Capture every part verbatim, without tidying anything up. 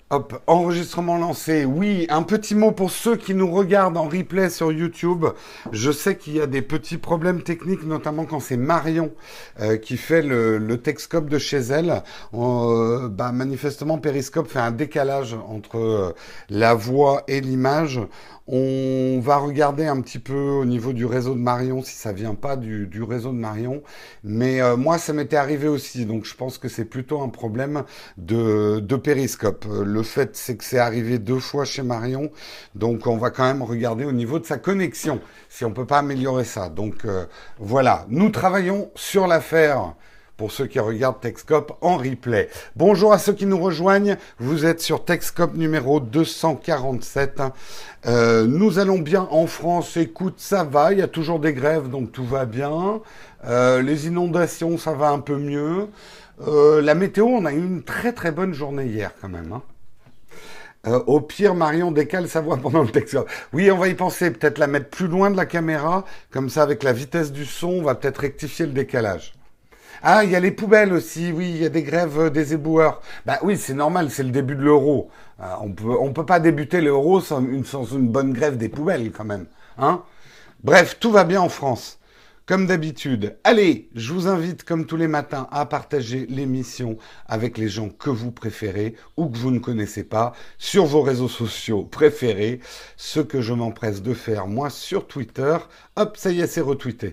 Hop, enregistrement lancé. Oui, un petit mot pour ceux qui nous regardent en replay sur YouTube. Je sais qu'il y a des petits problèmes techniques, notamment quand c'est Marion euh, qui fait le, le Texcope de chez elle. Euh, bah, manifestement, Periscope fait un décalage entre euh, la voix et l'image. On va regarder un petit peu au niveau du réseau de Marion si ça vient pas du, du réseau de Marion. Mais euh, moi, ça m'était arrivé aussi, donc je pense que c'est plutôt un problème de, de Periscope. Le fait, c'est que c'est arrivé deux fois chez Marion, donc on va quand même regarder au niveau de sa connexion, si on peut pas améliorer ça. Donc euh, voilà, nous travaillons sur l'affaire. Pour ceux qui regardent Texcope en replay. Bonjour à ceux qui nous rejoignent. Vous êtes sur Texcope numéro deux cent quarante-sept. Euh, nous allons bien en France. Écoute, ça va. Il y a toujours des grèves, donc tout va bien. Euh, les inondations, ça va un peu mieux. Euh, la météo, on a eu une très très bonne journée hier quand même. Hein. Euh, au pire, Marion décale sa voix pendant le Texcope. Oui, on va y penser. Peut-être la mettre plus loin de la caméra. Comme ça, avec la vitesse du son, on va peut-être rectifier le décalage. Ah, il y a les poubelles aussi, oui, il y a des grèves euh, des éboueurs. Bah oui, c'est normal, c'est le début de l'euro. Euh, on peut, on peut pas débuter l'euro sans une, sans une bonne grève des poubelles, quand même. Hein. Bref, tout va bien en France. Comme d'habitude. Allez, je vous invite, comme tous les matins, à partager l'émission avec les gens que vous préférez ou que vous ne connaissez pas sur vos réseaux sociaux préférés. Ce que je m'empresse de faire, moi, sur Twitter. Hop, ça y est, c'est retweeté.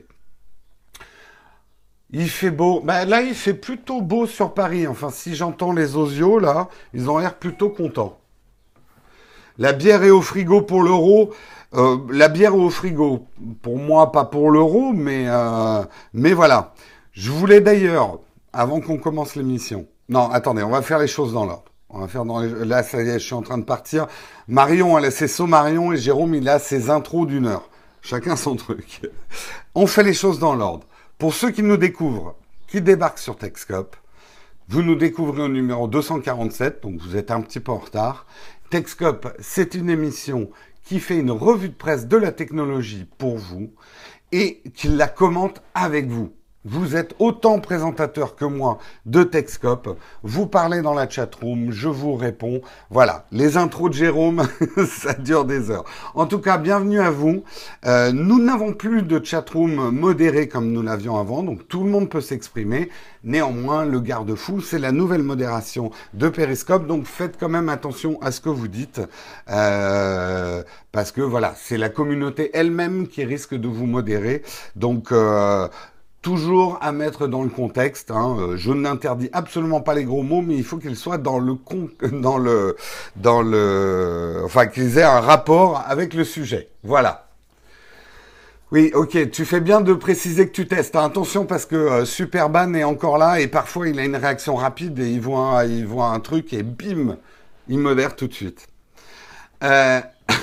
Il fait beau. Bah, là, il fait plutôt beau sur Paris. Enfin, si j'entends les osios, là, ils ont l'air plutôt contents. La bière est au frigo pour l'euro. Euh, la bière est au frigo. Pour moi, pas pour l'euro, mais, euh, mais voilà. Je voulais d'ailleurs, avant qu'on commence l'émission... Non, attendez, on va faire les choses dans l'ordre. On va faire dans les... Là, ça y est, je suis en train de partir. Marion, elle a ses sauts Marion et Jérôme, il a ses intros d'une heure. Chacun son truc. On fait les choses dans l'ordre. Pour ceux qui nous découvrent, qui débarquent sur Texcope, vous nous découvrez au numéro deux cent quarante-sept, donc vous êtes un petit peu en retard. Texcope, c'est une émission qui fait une revue de presse de la technologie pour vous et qui la commente avec vous. Vous êtes autant présentateur que moi de Texcope. Vous parlez dans la chatroom, je vous réponds. Voilà, les intros de Jérôme, ça dure des heures. En tout cas, bienvenue à vous. Euh, nous n'avons plus de chatroom modéré comme nous l'avions avant, donc tout le monde peut s'exprimer. Néanmoins, le garde-fou, c'est la nouvelle modération de Periscope, donc faites quand même attention à ce que vous dites, euh, parce que voilà, c'est la communauté elle-même qui risque de vous modérer. Donc... Euh, Toujours à mettre dans le contexte. Hein. Je n'interdis absolument pas les gros mots, mais il faut qu'ils soient dans le con, dans le, dans le, enfin qu'ils aient un rapport avec le sujet. Voilà. Oui, ok. Tu fais bien de préciser que tu testes. Hein. Attention parce que euh, Superban est encore là et parfois il a une réaction rapide et il voit, un, il voit un truc et bim, il modère tout de suite. Euh...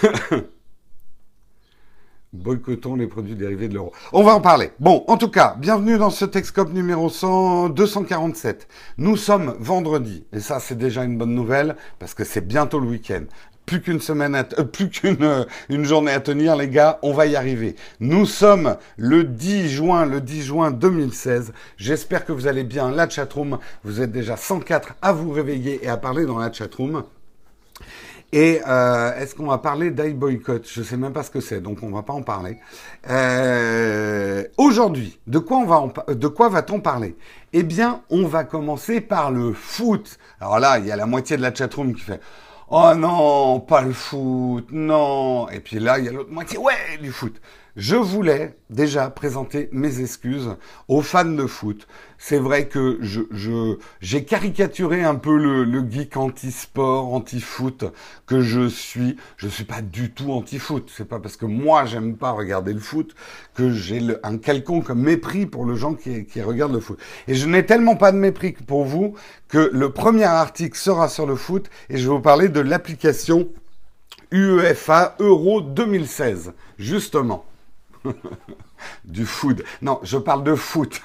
Boycottons les produits dérivés de l'euro. On va en parler. Bon, en tout cas, bienvenue dans ce Texcope numéro cent, deux cent quarante-sept. Nous sommes vendredi, et ça c'est déjà une bonne nouvelle, parce que c'est bientôt le week-end. Plus qu'une semaine, à euh, plus qu'une euh, une journée à tenir, les gars, on va y arriver. Nous sommes le dix juin, le dix juin deux mille seize. J'espère que vous allez bien. La chatroom, vous êtes déjà cent quatre à vous réveiller et à parler dans la chatroom. Et euh, est-ce qu'on va parler d'iBoycott? Je sais même pas ce que c'est, donc on va pas en parler. Euh, aujourd'hui, de quoi on va en, de quoi va-t-on parler? Eh bien, on va commencer par le foot. Alors là, il y a la moitié de la chatroom qui fait oh non, pas le foot, non. Et puis là, il y a l'autre moitié, ouais, du foot. Je voulais déjà présenter mes excuses aux fans de foot. C'est vrai que je, je, j'ai caricaturé un peu le, le geek anti-sport, anti-foot que je suis. Je suis pas du tout anti-foot. C'est pas parce que moi j'aime pas regarder le foot que j'ai le, un quelconque mépris pour les gens qui, qui regardent le foot. Et je n'ai tellement pas de mépris pour vous que le premier article sera sur le foot et je vais vous parler de l'application UEFA Euro deux mille seize, justement. Du food. Non, je parle de foot.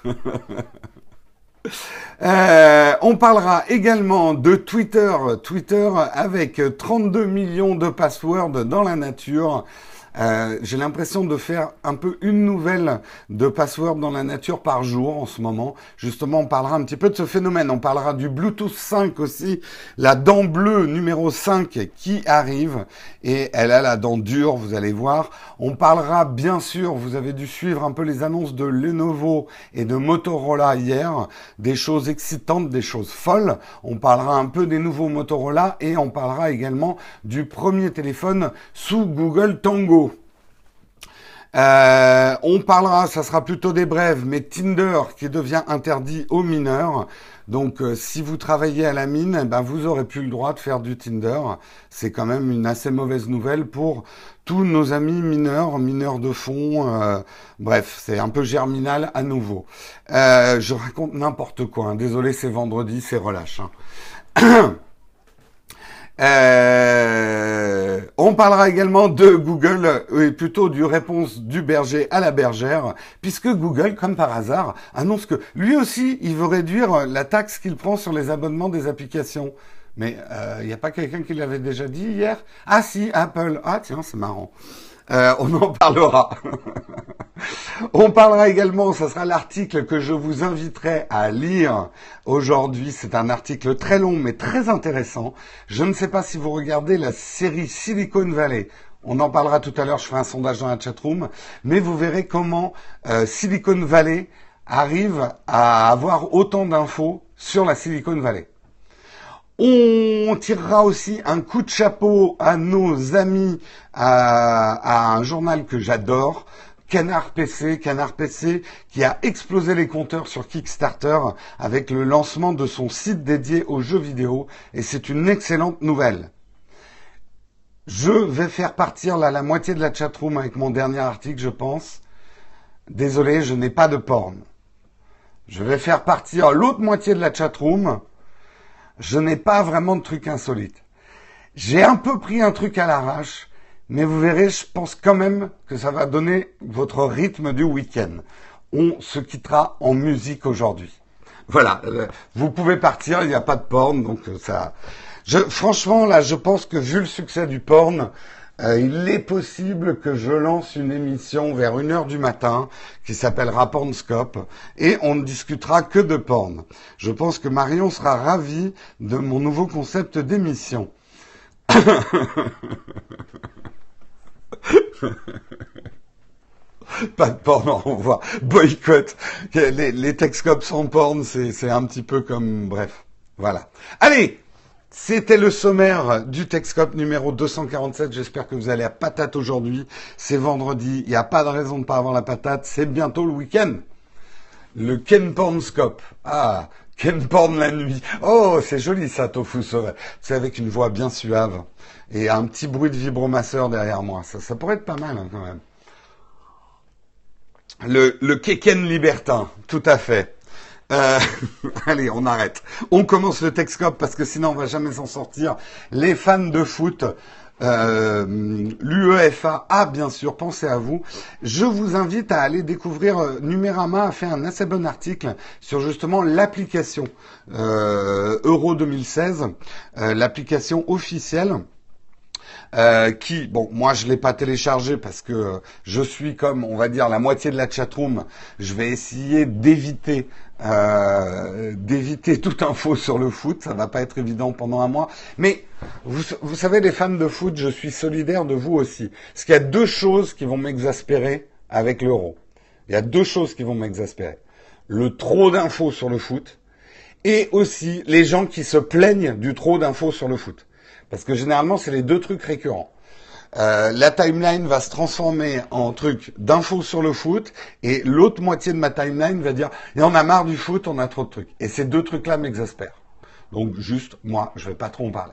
euh, on parlera également de Twitter. Twitter avec trente-deux millions de passwords dans la nature. Euh, j'ai l'impression de faire un peu une nouvelle de Password dans la nature par jour en ce moment. Justement, on parlera un petit peu de ce phénomène. On parlera du Bluetooth cinq aussi, la dent bleue numéro cinq qui arrive. Et elle a la dent dure, vous allez voir. On parlera bien sûr, vous avez dû suivre un peu les annonces de Lenovo et de Motorola hier. Des choses excitantes, des choses folles. On parlera un peu des nouveaux Motorola et on parlera également du premier téléphone sous Google Tango. Euh, on parlera, ça sera plutôt des brèves, mais Tinder qui devient interdit aux mineurs. Donc euh, si vous travaillez à la mine, eh ben, vous aurez plus le droit de faire du Tinder. C'est quand même une assez mauvaise nouvelle pour tous nos amis mineurs, mineurs de fond. Euh, bref, c'est un peu germinal à nouveau. Euh, je raconte n'importe quoi. Hein. Désolé, c'est vendredi, c'est relâche. Hein. Euh, on parlera également de Google, et plutôt du réponse du berger à la bergère, puisque Google, comme par hasard, annonce que lui aussi, il veut réduire la taxe qu'il prend sur les abonnements des applications. Mais il euh, n'y a pas quelqu'un qui l'avait déjà dit hier? Ah si, Apple. Ah tiens, c'est marrant. Euh, on en parlera. On parlera également, ça sera l'article que je vous inviterai à lire aujourd'hui. C'est un article très long mais très intéressant. Je ne sais pas si vous regardez la série Silicon Valley. On en parlera tout à l'heure, je ferai un sondage dans la chatroom. Mais vous verrez comment euh, Silicon Valley arrive à avoir autant d'infos sur la Silicon Valley. On tirera aussi un coup de chapeau à nos amis, à, à un journal que j'adore, Canard P C, Canard P C qui a explosé les compteurs sur Kickstarter avec le lancement de son site dédié aux jeux vidéo, et c'est une excellente nouvelle. Je vais faire partir là la moitié de la chatroom avec mon dernier article, je pense. Désolé, je n'ai pas de porn. Je vais faire partir l'autre moitié de la chatroom. Je n'ai pas vraiment de trucs insolites. J'ai un peu pris un truc à l'arrache, mais vous verrez, je pense quand même que ça va donner votre rythme du week-end. On se quittera en musique aujourd'hui. Voilà, vous pouvez partir, il n'y a pas de porn, donc ça... Je, franchement, là, je pense que vu le succès du porn, euh, il est possible que je lance une émission vers une heure du matin qui s'appellera Pornscope et on ne discutera que de porn. Je pense que Marion sera ravie de mon nouveau concept d'émission. Pas de porn, on voit. Boycott. Les, les Texcopes sans porn, c'est, c'est un petit peu comme... Bref, voilà. Allez, c'était le sommaire du Texcope numéro deux cent quarante-sept. J'espère que vous allez à patate aujourd'hui. C'est vendredi, il n'y a pas de raison de ne pas avoir la patate. C'est bientôt le week-end. Le Ken Pornscope. Ah, Ken Porn la nuit. Oh, c'est joli ça, Tofu Sauvet. C'est avec une voix bien suave et un petit bruit de vibromasseur derrière moi. Ça, ça pourrait être pas mal hein, quand même. Le, le Keken libertin, tout à fait. Euh, allez, on arrête. On commence le Texcope parce que sinon on va jamais s'en sortir. Les fans de foot, euh, l'UEFA a bien sûr pensé à vous. Je vous invite à aller découvrir. Euh, Numérama a fait un assez bon article sur justement l'application euh, Euro deux mille seize, euh, l'application officielle. Euh, qui, bon, moi je l'ai pas téléchargé parce que euh, je suis comme, on va dire, la moitié de la chatroom. Je vais essayer d'éviter, euh, d'éviter toute info sur le foot. Ça va pas être évident pendant un mois. Mais vous, vous savez, les fans de foot, je suis solidaire de vous aussi. Parce qu'il y a deux choses qui vont m'exaspérer avec l'euro. Il y a deux choses qui vont m'exaspérer. Le trop d'infos sur le foot et aussi les gens qui se plaignent du trop d'infos sur le foot. Parce que généralement, c'est les deux trucs récurrents. Euh, la timeline va se transformer en truc d'infos sur le foot et l'autre moitié de ma timeline va dire « Et on a marre du foot, on a trop de trucs. » Et ces deux trucs-là m'exaspèrent. Donc juste, moi, je vais pas trop en parler.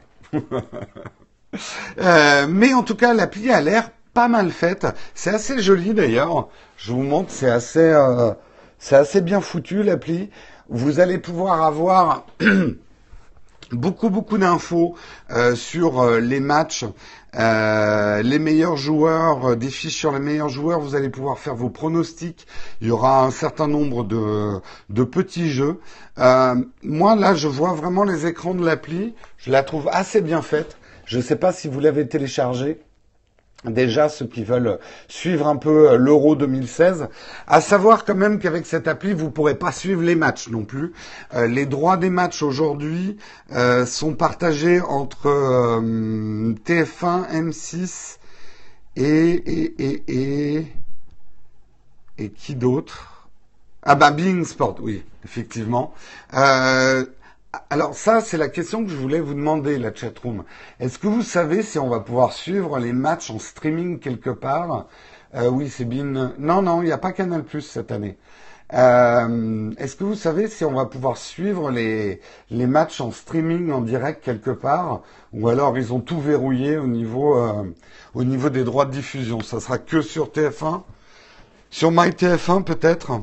euh, mais en tout cas, l'appli a l'air pas mal faite. C'est assez joli d'ailleurs. Je vous montre, c'est assez, euh, c'est assez bien foutu l'appli. Vous allez pouvoir avoir... Beaucoup, beaucoup d'infos euh, sur euh, les matchs, euh, les meilleurs joueurs, euh, des fiches sur les meilleurs joueurs. Vous allez pouvoir faire vos pronostics. Il y aura un certain nombre de, de petits jeux. Euh, moi, là, je vois vraiment les écrans de l'appli. Je la trouve assez bien faite. Je ne sais pas si vous l'avez téléchargée. Déjà, ceux qui veulent suivre un peu l'Euro deux mille seize, à savoir quand même qu'avec cette appli, vous pourrez pas suivre les matchs non plus. Euh, les droits des matchs aujourd'hui euh, sont partagés entre euh, T F un, M six et et et et, et qui d'autre? Ah bah Being Sport, oui, effectivement. Euh, alors ça, c'est la question que je voulais vous demander, la chatroom. Est-ce que vous savez si on va pouvoir suivre les matchs en streaming quelque part? Euh, oui, c'est bien. Non, non, il n'y a pas Canal+ cette année. Euh, est-ce que vous savez si on va pouvoir suivre les, les matchs en streaming en direct quelque part? Ou alors ils ont tout verrouillé au niveau, euh, au niveau des droits de diffusion? Ça sera que sur T F un? Sur MyTF un peut-être?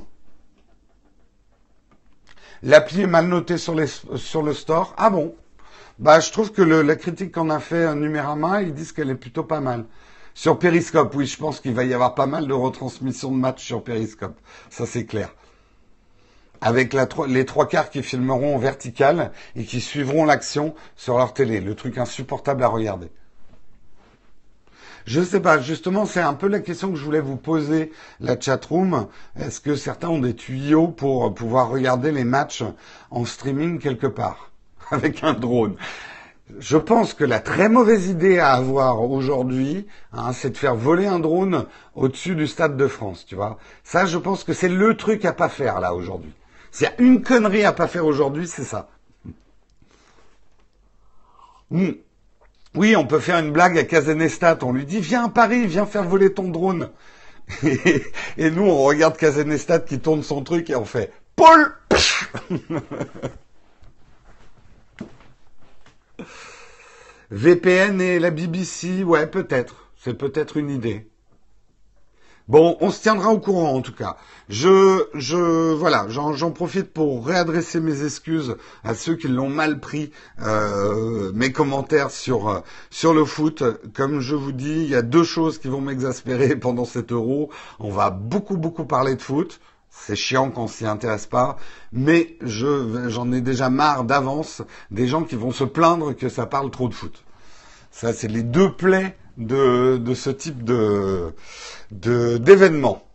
L'appli est mal notée sur, les, sur le store. Ah bon? Bah, je trouve que le, la critique qu'on a fait à Numérama, ils disent qu'elle est plutôt pas mal. Sur Periscope, oui, je pense qu'il va y avoir pas mal de retransmissions de matchs sur Periscope. Ça, c'est clair. Avec la, les trois quarts qui filmeront en vertical et qui suivront l'action sur leur télé. Le truc insupportable à regarder. Je sais pas, justement, c'est un peu la question que je voulais vous poser, la chatroom. Est-ce que certains ont des tuyaux pour pouvoir regarder les matchs en streaming quelque part avec un drone? Je pense que la très mauvaise idée à avoir aujourd'hui, hein, c'est de faire voler un drone au-dessus du Stade de France, tu vois. Ça, je pense que c'est le truc à pas faire là aujourd'hui. S'il y a une connerie à pas faire aujourd'hui, c'est ça. Hmm. Oui, on peut faire une blague à Kazenestat. On lui dit, viens à Paris, viens faire voler ton drone. Et, et nous, on regarde Kazenestat qui tourne son truc et on fait, Paul. V P N et la B B C, ouais, peut-être. C'est peut-être une idée. Bon, on se tiendra au courant en tout cas. Je, je, voilà, j'en, j'en profite pour réadresser mes excuses à ceux qui l'ont mal pris, euh, mes commentaires sur euh, sur le foot. Comme je vous dis, il y a deux choses qui vont m'exaspérer pendant cet Euro. On va beaucoup beaucoup parler de foot. C'est chiant quand on s'y intéresse pas, mais je, j'en ai déjà marre d'avance des gens qui vont se plaindre que ça parle trop de foot. Ça, c'est les deux plaies de, de ce type de, de, d'événement.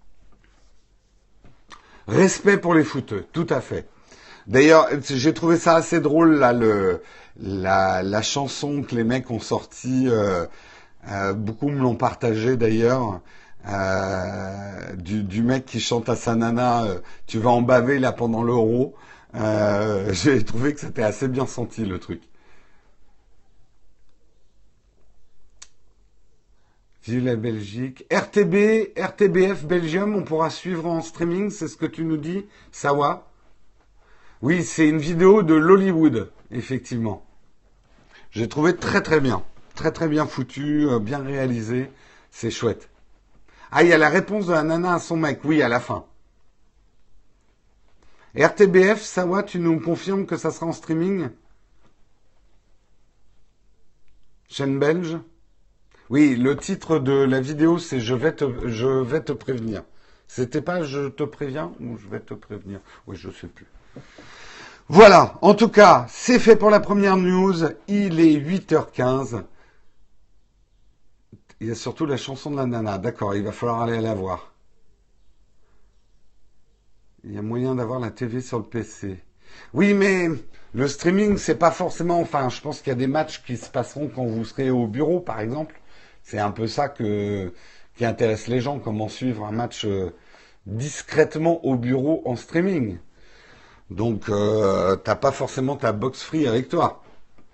Respect pour les footeux, tout à fait. D'ailleurs, j'ai trouvé ça assez drôle, là, le, la, la chanson que les mecs ont sortie, euh, euh, beaucoup me l'ont partagé d'ailleurs, euh, du, du mec qui chante à sa nana, euh, tu vas en baver là pendant l'Euro. Euh, j'ai trouvé que c'était assez bien senti le truc. Vive la Belgique. R T B, R T B F Belgium, on pourra suivre en streaming, c'est ce que tu nous dis, Sawa? Oui, c'est une vidéo de l'Hollywood, effectivement. J'ai trouvé très très bien. Très très bien foutu, euh, bien réalisé. C'est chouette. Ah, il y a la réponse de la nana à son mec, oui, à la fin. R T B F, Sawa, tu nous confirmes que ça sera en streaming? Chaîne belge? Oui, le titre de la vidéo, c'est Je vais te, je vais te prévenir. C'était pas Je te préviens ou Je vais te prévenir? Oui, je sais plus. Voilà, en tout cas, c'est fait pour la première news. Il est huit heures quinze. Il y a surtout la chanson de la nana. D'accord, il va falloir aller la voir. Il y a moyen d'avoir la T V sur le P C. Oui, mais le streaming, c'est pas forcément... Enfin, je pense qu'il y a des matchs qui se passeront quand vous serez au bureau, par exemple. C'est un peu ça que, qui intéresse les gens, comment suivre un match euh, discrètement au bureau en streaming. Donc, euh, t'as pas forcément ta box free avec toi.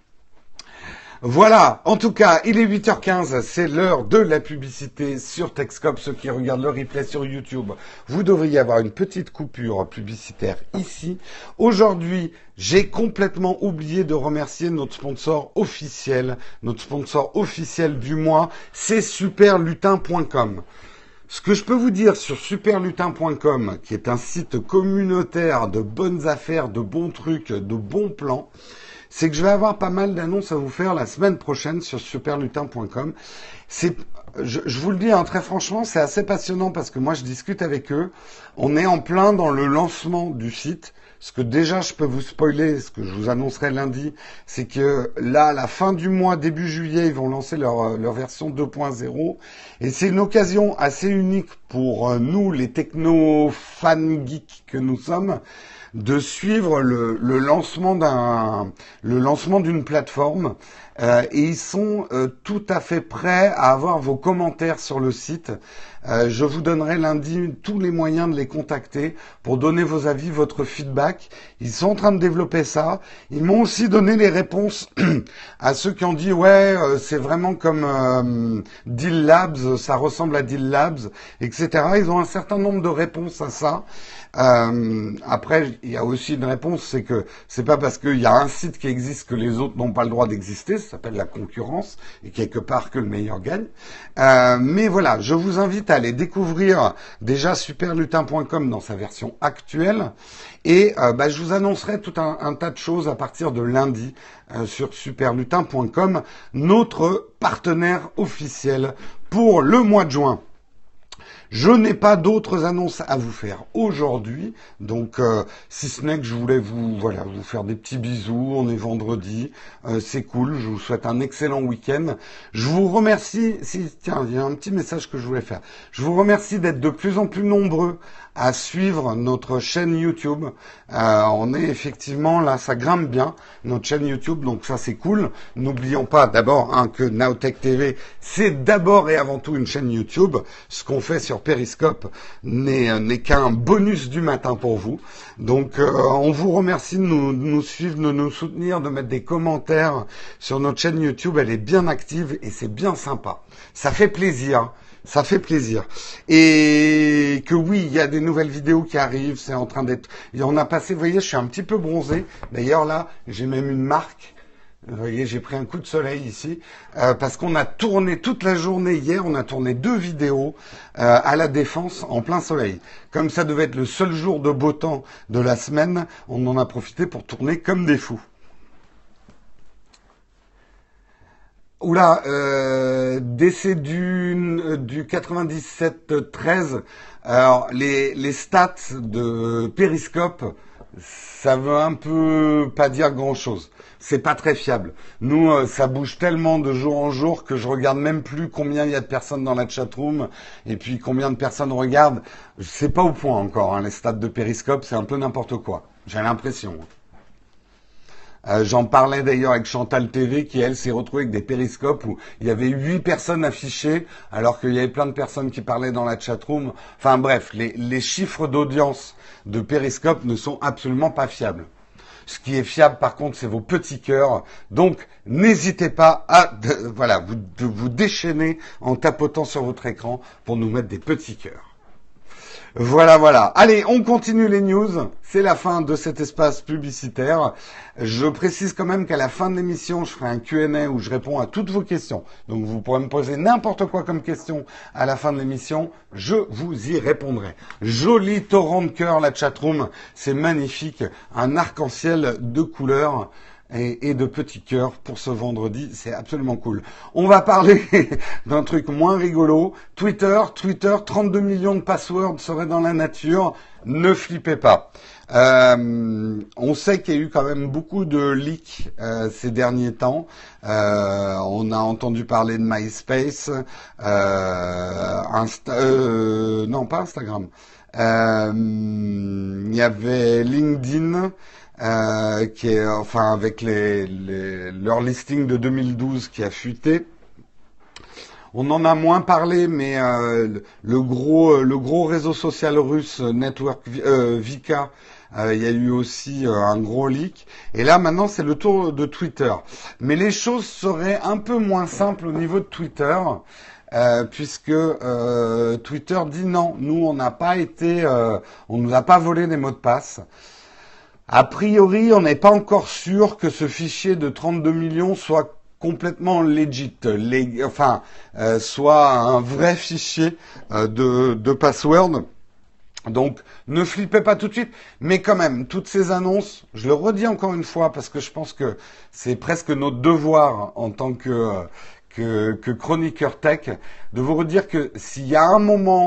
Voilà, en tout cas, il est huit heures quinze, c'est l'heure de la publicité sur Techscope. Ceux qui regardent le replay sur YouTube, vous devriez avoir une petite coupure publicitaire ici. Aujourd'hui, j'ai complètement oublié de remercier notre sponsor officiel. Notre sponsor officiel du mois, c'est superlutin point com. Ce que je peux vous dire sur superlutin point com, qui est un site communautaire de bonnes affaires, de bons trucs, de bons plans, c'est que je vais avoir pas mal d'annonces à vous faire la semaine prochaine sur superlutin point com. C'est, je, je vous le dis hein, très franchement, c'est assez passionnant parce que moi je discute avec eux. On est en plein dans le lancement du site. Ce que déjà je peux vous spoiler, ce que je vous annoncerai lundi, c'est que là, à la fin du mois, début juillet, ils vont lancer leur, leur version deux point zéro. Et c'est une occasion assez unique pour nous, les techno-fans geeks que nous sommes, de suivre le, le lancement d'un, le lancement d'une plateforme. Euh, et ils sont euh, tout à fait prêts à avoir vos commentaires sur le site. Euh, je vous donnerai lundi tous les moyens de les contacter pour donner vos avis, votre feedback. Ils sont en train de développer ça. Ils m'ont aussi donné les réponses à ceux qui ont dit ouais, euh, c'est vraiment comme euh, Deal Labs, ça ressemble à Deal Labs, et cetera. Ils ont un certain nombre de réponses à ça. Euh, après, il y a aussi une réponse, c'est que c'est pas parce qu'il y a un site qui existe que les autres n'ont pas le droit d'exister. Ça s'appelle la concurrence et quelque part que le meilleur gagne. Euh, mais voilà, je vous invite à aller découvrir déjà superlutin point com dans sa version actuelle et euh, bah, je vous annoncerai tout un, un tas de choses à partir de lundi euh, sur superlutin point com, notre partenaire officiel pour le mois de juin. Je n'ai pas d'autres annonces à vous faire aujourd'hui, donc euh, si ce n'est que je voulais vous voilà vous faire des petits bisous. On est vendredi, euh, c'est cool. Je vous souhaite un excellent week-end. Je vous remercie. Si tiens, il y a un petit message que je voulais faire. Je vous remercie d'être de plus en plus nombreux à suivre notre chaîne YouTube. Euh, on est effectivement là, ça grimpe bien notre chaîne YouTube, donc ça c'est cool. N'oublions pas d'abord hein, que Nowtech T V c'est d'abord et avant tout une chaîne YouTube. Ce qu'on fait sur Periscope n'est, n'est qu'un bonus du matin pour vous. Donc euh, on vous remercie de nous, de nous suivre, de nous soutenir, de mettre des commentaires sur notre chaîne YouTube. Elle est bien active et c'est bien sympa. Ça fait plaisir. Ça fait plaisir. Et que oui, il y a des nouvelles vidéos qui arrivent, c'est en train d'être... Et on a passé, vous voyez, je suis un petit peu bronzé. D'ailleurs, là, j'ai même une marque. Vous voyez, j'ai pris un coup de soleil ici. Euh, parce qu'on a tourné toute la journée hier, on a tourné deux vidéos euh, à la Défense en plein soleil. Comme ça devait être le seul jour de beau temps de la semaine, on en a profité pour tourner comme des fous. Oula, euh, décès du, du quatre-vingt-dix-sept treize. Alors, les, les stats de Periscope, ça veut un peu pas dire grand-chose. C'est pas très fiable. Nous, euh, ça bouge tellement de jour en jour que je regarde même plus combien il y a de personnes dans la chatroom et puis combien de personnes regardent. C'est pas au point encore, hein, les stats de Periscope, c'est un peu n'importe quoi. J'ai l'impression. Euh, j'en parlais d'ailleurs avec Chantal T V qui, elle, s'est retrouvée avec des périscopes où il y avait huit personnes affichées alors qu'il y avait plein de personnes qui parlaient dans la chatroom. Enfin bref, les, les chiffres d'audience de Périscope ne sont absolument pas fiables. Ce qui est fiable, par contre, c'est vos petits cœurs. Donc, n'hésitez pas à de, voilà, vous, de vous déchaîner en tapotant sur votre écran pour nous mettre des petits cœurs. Voilà, voilà. Allez, on continue les news. C'est la fin de cet espace publicitaire. Je précise quand même qu'à la fin de l'émission, je ferai un Q and A où je réponds à toutes vos questions. Donc, vous pourrez me poser n'importe quoi comme question à la fin de l'émission. Je vous y répondrai. Joli torrent de cœur, la chatroom. C'est magnifique. Un arc-en-ciel de couleurs. Et, et de petits cœurs pour ce vendredi, c'est absolument cool. On va parler d'un truc moins rigolo. Twitter, Twitter, trente-deux millions de passwords seraient dans la nature. Ne flippez pas. Euh, on sait qu'il y a eu quand même beaucoup de leaks euh, ces derniers temps. Euh, on a entendu parler de MySpace, euh, Insta, euh, non pas Instagram. Euh, il y avait LinkedIn. Euh, qui est enfin avec les, les, leur listing de deux mille douze qui a fuité. On en a moins parlé, mais euh, le gros le gros réseau social russe Network euh, Vika, euh, il y a eu aussi euh, un gros leak. Et là maintenant c'est le tour de Twitter. Mais les choses seraient un peu moins simples au niveau de Twitter. Euh, puisque euh, Twitter dit non, nous on n'a pas été, euh, on nous a pas volé des mots de passe. A priori, on n'est pas encore sûr que ce fichier de trente-deux millions soit complètement legit, lég- enfin, euh, soit un vrai fichier euh, de, de password. Donc, ne flippez pas tout de suite, mais quand même, toutes ces annonces, je le redis encore une fois, parce que je pense que c'est presque notre devoir en tant que, euh, que, que chroniqueur tech, de vous redire que s'il y a un moment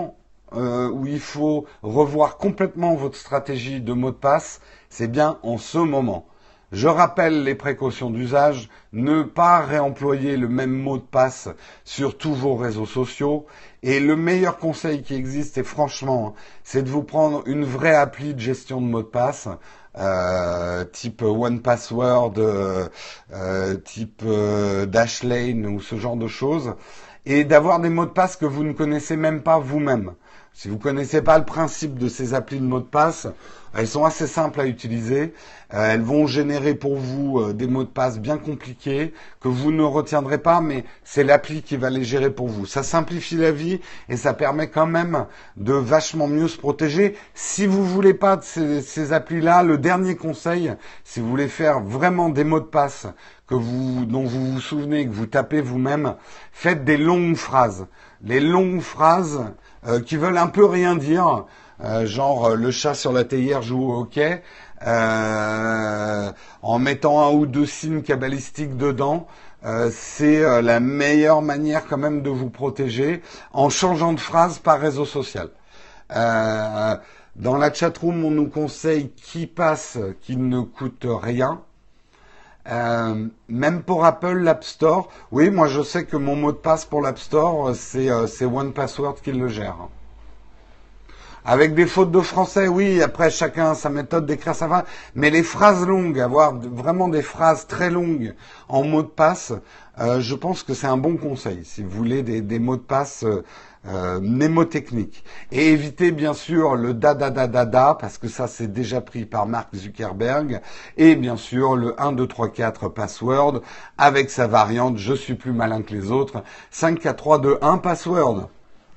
euh, où il faut revoir complètement votre stratégie de mot de passe, c'est bien en ce moment. Je rappelle les précautions d'usage, ne pas réemployer le même mot de passe sur tous vos réseaux sociaux. Et le meilleur conseil qui existe, et franchement, c'est de vous prendre une vraie appli de gestion de mots de passe, euh, type OnePassword, euh, euh, type euh, Dashlane ou ce genre de choses, et d'avoir des mots de passe que vous ne connaissez même pas vous-même. Si vous connaissez pas le principe de ces applis de mots de passe, elles sont assez simples à utiliser. Euh, elles vont générer pour vous euh, des mots de passe bien compliqués que vous ne retiendrez pas, mais c'est l'appli qui va les gérer pour vous. Ça simplifie la vie et ça permet quand même de vachement mieux se protéger. Si vous voulez pas de ces, ces applis-là, le dernier conseil, si vous voulez faire vraiment des mots de passe que vous, dont vous vous souvenez, que vous tapez vous-même, faites des longues phrases. Les longues phrases euh, qui veulent un peu rien dire. Euh, genre euh, le chat sur la théière joue au hockey, euh, en mettant un ou deux signes cabalistiques dedans, euh, c'est euh, la meilleure manière quand même de vous protéger en changeant de phrase par réseau social. Euh, dans la chatroom, on nous conseille KeePass qui ne coûte rien. Euh, même pour Apple, l'App Store, oui, moi je sais que mon mot de passe pour l'App Store, c'est euh, c'est OnePassword qui le gère. Avec des fautes de français, oui, après chacun a sa méthode d'écrire sa phrase, mais les phrases longues, avoir vraiment des phrases très longues en mots de passe, euh, je pense que c'est un bon conseil, si vous voulez des, des mots de passe euh, euh, mnémotechniques. Et évitez bien sûr le da da da da da, parce que ça c'est déjà pris par Mark Zuckerberg, et bien sûr le un, deux, trois, quatre password, avec sa variante, je suis plus malin que les autres, cinq, quatre, trois, deux, un password.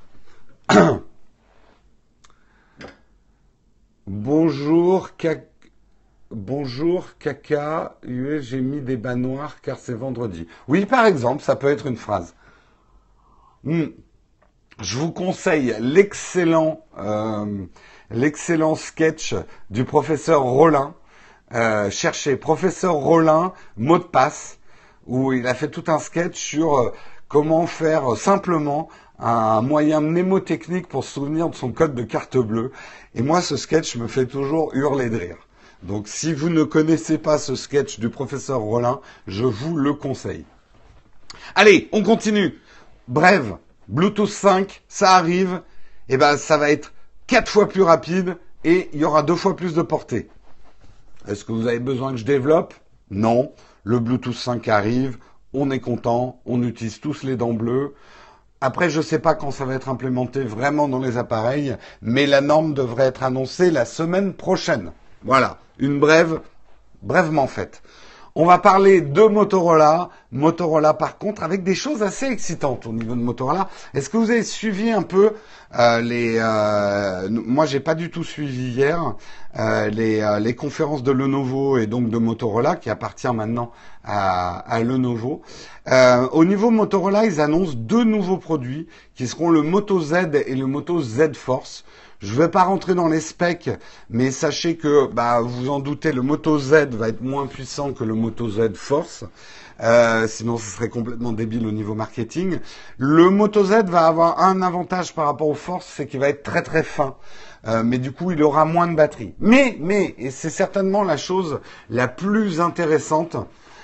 Bonjour, cac... Bonjour, caca, U S, j'ai mis des bas noirs car c'est vendredi. Oui, par exemple, ça peut être une phrase. Hmm. Je vous conseille l'excellent, euh, l'excellent sketch du professeur Rollin. Euh, cherchez professeur Rollin, mot de passe, où il a fait tout un sketch sur euh, comment faire euh, simplement un moyen mnémotechnique pour se souvenir de son code de carte bleue. Et moi, ce sketch me fait toujours hurler de rire. Donc, si vous ne connaissez pas ce sketch du professeur Rollin, je vous le conseille. Allez, on continue. Bref, Bluetooth cinq, ça arrive. Et ben, ça va être quatre fois plus rapide et il y aura deux fois plus de portée. Est-ce que vous avez besoin que je développe? Non. Le Bluetooth cinq arrive. On est content. On utilise tous les dents bleues. Après, je ne sais pas quand ça va être implémenté vraiment dans les appareils, mais la norme devrait être annoncée la semaine prochaine. Voilà, une brève, brèvement faite. On va parler de Motorola. Motorola, par contre, avec des choses assez excitantes au niveau de Motorola. Est-ce que vous avez suivi un peu euh, les... Euh, moi, j'ai pas du tout suivi hier euh, les, euh, les conférences de Lenovo et donc de Motorola, qui appartient maintenant à, à Lenovo. Euh, au niveau Motorola, ils annoncent deux nouveaux produits qui seront le Moto Z et le Moto Z Force. Je ne vais pas rentrer dans les specs, mais sachez que, bah, vous en doutez, le Moto Z va être moins puissant que le Moto Z Force. Euh, sinon, ce serait complètement débile au niveau marketing. Le Moto Z va avoir un avantage par rapport au Force, c'est qu'il va être très très fin. Euh, mais du coup, il aura moins de batterie. Mais, mais, et c'est certainement la chose la plus intéressante,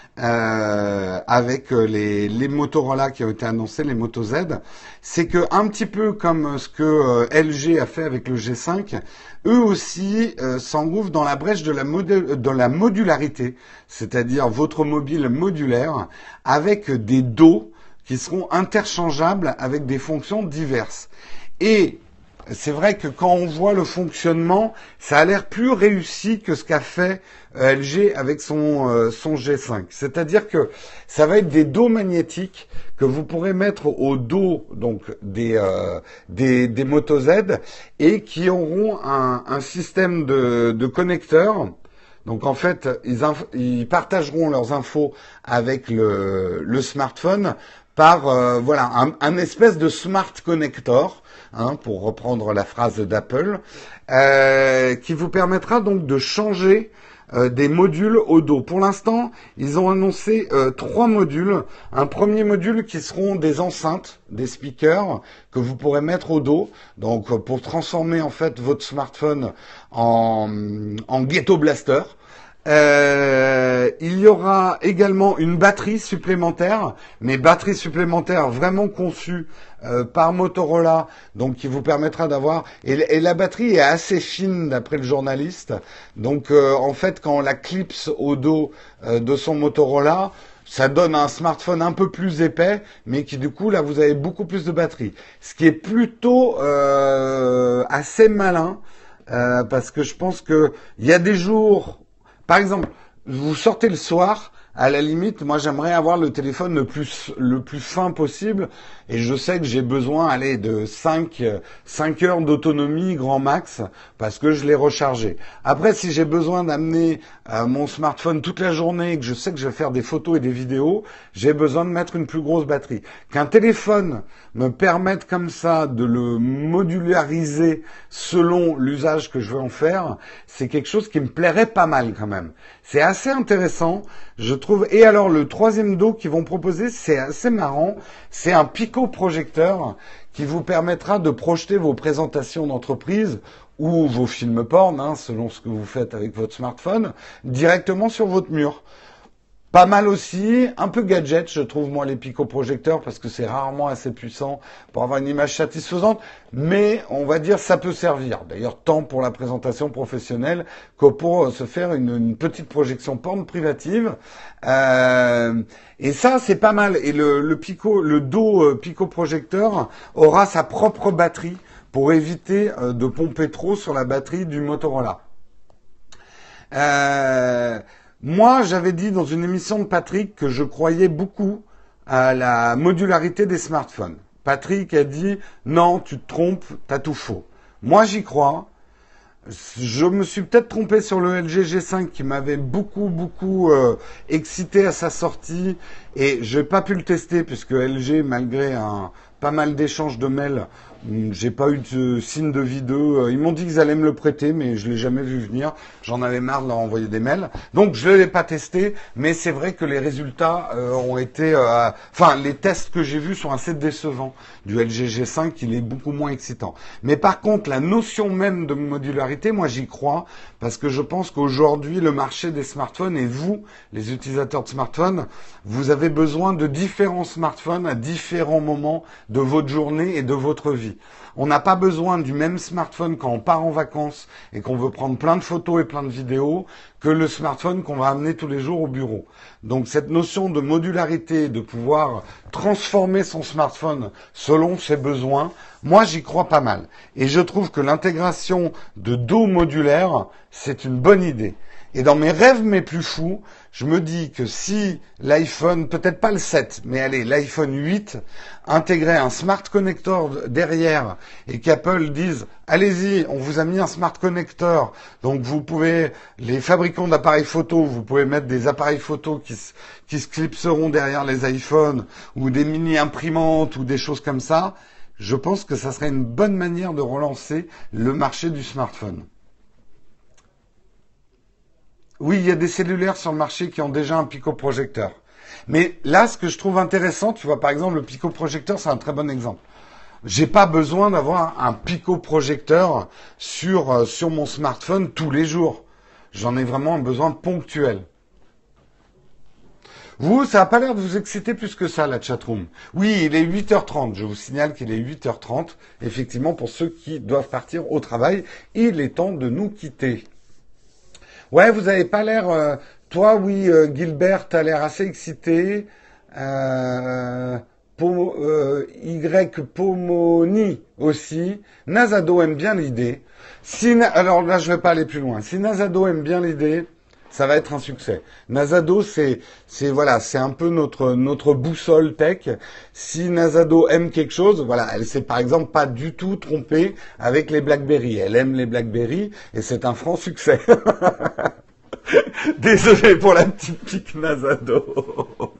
Euh, avec les, les Motorola qui ont été annoncés, les Moto Z, c'est que un petit peu comme ce que euh, L G a fait avec le G cinq, eux aussi euh, s'engouffrent dans la brèche de la, de la modularité, c'est-à-dire votre mobile modulaire avec des dos qui seront interchangeables avec des fonctions diverses. Et c'est vrai que quand on voit le fonctionnement, ça a l'air plus réussi que ce qu'a fait euh, L G avec son, euh, son G cinq. C'est-à-dire que ça va être des dos magnétiques que vous pourrez mettre au dos donc des, euh, des, des Moto Z et qui auront un, un système de, de connecteurs. Donc en fait, ils, ils partageront leurs infos avec le, le smartphone par euh, voilà un, un espèce de smart connector. Hein, pour reprendre la phrase d'Apple, euh, qui vous permettra donc de changer euh, des modules au dos. Pour l'instant, ils ont annoncé euh, trois modules. Un premier module qui seront des enceintes, des speakers que vous pourrez mettre au dos, donc euh, pour transformer en fait votre smartphone en, en ghetto blaster. Euh, il y aura également une batterie supplémentaire, mais batterie supplémentaire vraiment conçue euh, par Motorola, donc qui vous permettra d'avoir... Et, et la batterie est assez fine d'après le journaliste, donc euh, en fait quand on la clipse au dos euh, de son Motorola, ça donne un smartphone un peu plus épais, mais qui du coup là vous avez beaucoup plus de batterie, ce qui est plutôt euh, assez malin, euh, parce que je pense que il y a des jours... Par exemple, vous sortez le soir, à la limite, moi j'aimerais avoir le téléphone le plus le plus fin possible, et je sais que j'ai besoin, allez, de cinq cinq heures d'autonomie grand max, parce que je l'ai rechargé. Après, si j'ai besoin d'amener euh, mon smartphone toute la journée, et que je sais que je vais faire des photos et des vidéos, j'ai besoin de mettre une plus grosse batterie. Qu'un téléphone me permette comme ça de le modulariser selon l'usage que je veux en faire, c'est quelque chose qui me plairait pas mal quand même. C'est assez intéressant, je trouve. Et alors le troisième dos qu'ils vont proposer, c'est assez marrant, c'est un pico-projecteur qui vous permettra de projeter vos présentations d'entreprise ou vos films porn, hein, selon ce que vous faites avec votre smartphone, directement sur votre mur. Pas mal aussi, un peu gadget, je trouve, moi, les picoprojecteurs, parce que c'est rarement assez puissant pour avoir une image satisfaisante, mais on va dire ça peut servir. D'ailleurs, tant pour la présentation professionnelle que pour se faire une, une petite projection porn privative. Euh, et ça, c'est pas mal. Et le, le pico, le dos euh, picoprojecteur aura sa propre batterie pour éviter euh, de pomper trop sur la batterie du Motorola. Euh, Moi, j'avais dit dans une émission de Patrick que je croyais beaucoup à la modularité des smartphones. Patrick a dit non, tu te trompes, t'as tout faux. Moi, j'y crois. Je me suis peut-être trompé sur le L G G cinq qui m'avait beaucoup, beaucoup euh, excité à sa sortie et j'ai pas pu le tester puisque L G, malgré un pas mal d'échanges de mails, j'ai pas eu de signe de vie d'eux. Ils m'ont dit qu'ils allaient me le prêter, mais je l'ai jamais vu venir. J'en avais marre de leur envoyer des mails. Donc je ne l'ai pas testé, mais c'est vrai que les résultats euh, ont été... euh, Enfin, les tests que j'ai vus sont assez décevants du L G G cinq, il est beaucoup moins excitant. Mais par contre, la notion même de modularité, moi j'y crois, parce que je pense qu'aujourd'hui, le marché des smartphones, et vous, les utilisateurs de smartphones, vous avez besoin de différents smartphones à différents moments de votre journée et de votre vie. On n'a pas besoin du même smartphone quand on part en vacances et qu'on veut prendre plein de photos et plein de vidéos que le smartphone qu'on va amener tous les jours au bureau. Donc cette notion de modularité, de pouvoir transformer son smartphone selon ses besoins, moi j'y crois pas mal. Et je trouve que l'intégration de dos modulaire, c'est une bonne idée. Et dans mes rêves mes plus fous, je me dis que si l'iPhone, peut-être pas le sept, mais allez, l'iPhone huit, intégrait un smart connector derrière et qu'Apple dise « Allez-y, on vous a mis un smart connector, donc vous pouvez, les fabricants d'appareils photo, vous pouvez mettre des appareils photo qui, qui se clipseront derrière les iPhones ou des mini-imprimantes ou des choses comme ça », je pense que ça serait une bonne manière de relancer le marché du smartphone. Oui, il y a des cellulaires sur le marché qui ont déjà un picoprojecteur. Mais là, ce que je trouve intéressant, tu vois, par exemple, le picoprojecteur, c'est un très bon exemple. J'ai pas besoin d'avoir un picoprojecteur sur, euh, sur mon smartphone tous les jours. J'en ai vraiment un besoin ponctuel. Vous, ça n'a pas l'air de vous exciter plus que ça, la chatroom. Oui, il est huit heures trente. Je vous signale qu'il est huit heures trente. Effectivement, pour ceux qui doivent partir au travail, il est temps de nous quitter. Ouais, vous avez pas l'air... euh, toi, oui, euh, Gilbert, t'as l'air assez excité. Euh, Po- euh, Y. Pomoni aussi. Nazado aime bien l'idée. Si, Na- alors là, je vais pas aller plus loin. Si Nazado aime bien l'idée, ça va être un succès. Nazado, c'est, c'est voilà, c'est un peu notre notre boussole tech. Si Nazado aime quelque chose, voilà, elle s'est par exemple pas du tout trompée avec les BlackBerry. Elle aime les BlackBerry et c'est un franc succès. Désolé pour la petite pique Nazado.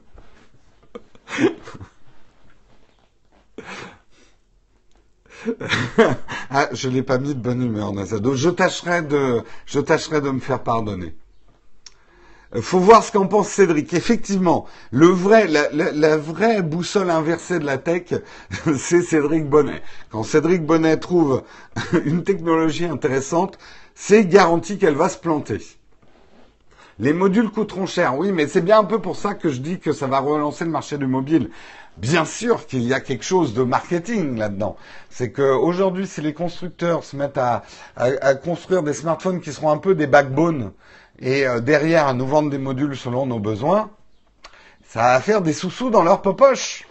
Ah, je l'ai pas mis de bonne humeur, Nazado. Je tâcherai de, je tâcherai de me faire pardonner. Faut voir ce qu'en pense Cédric. Effectivement, le vrai, la, la, la vraie boussole inversée de la tech, c'est Cédric Bonnet. Quand Cédric Bonnet trouve une technologie intéressante, c'est garanti qu'elle va se planter. Les modules coûteront cher, oui, mais c'est bien un peu pour ça que je dis que ça va relancer le marché du mobile. Bien sûr qu'il y a quelque chose de marketing là-dedans. C'est que aujourd'hui, si les constructeurs se mettent à, à, à construire des smartphones qui seront un peu des backbones, et euh, derrière à nous vendre des modules selon nos besoins, ça va faire des sous-sous dans leur poche.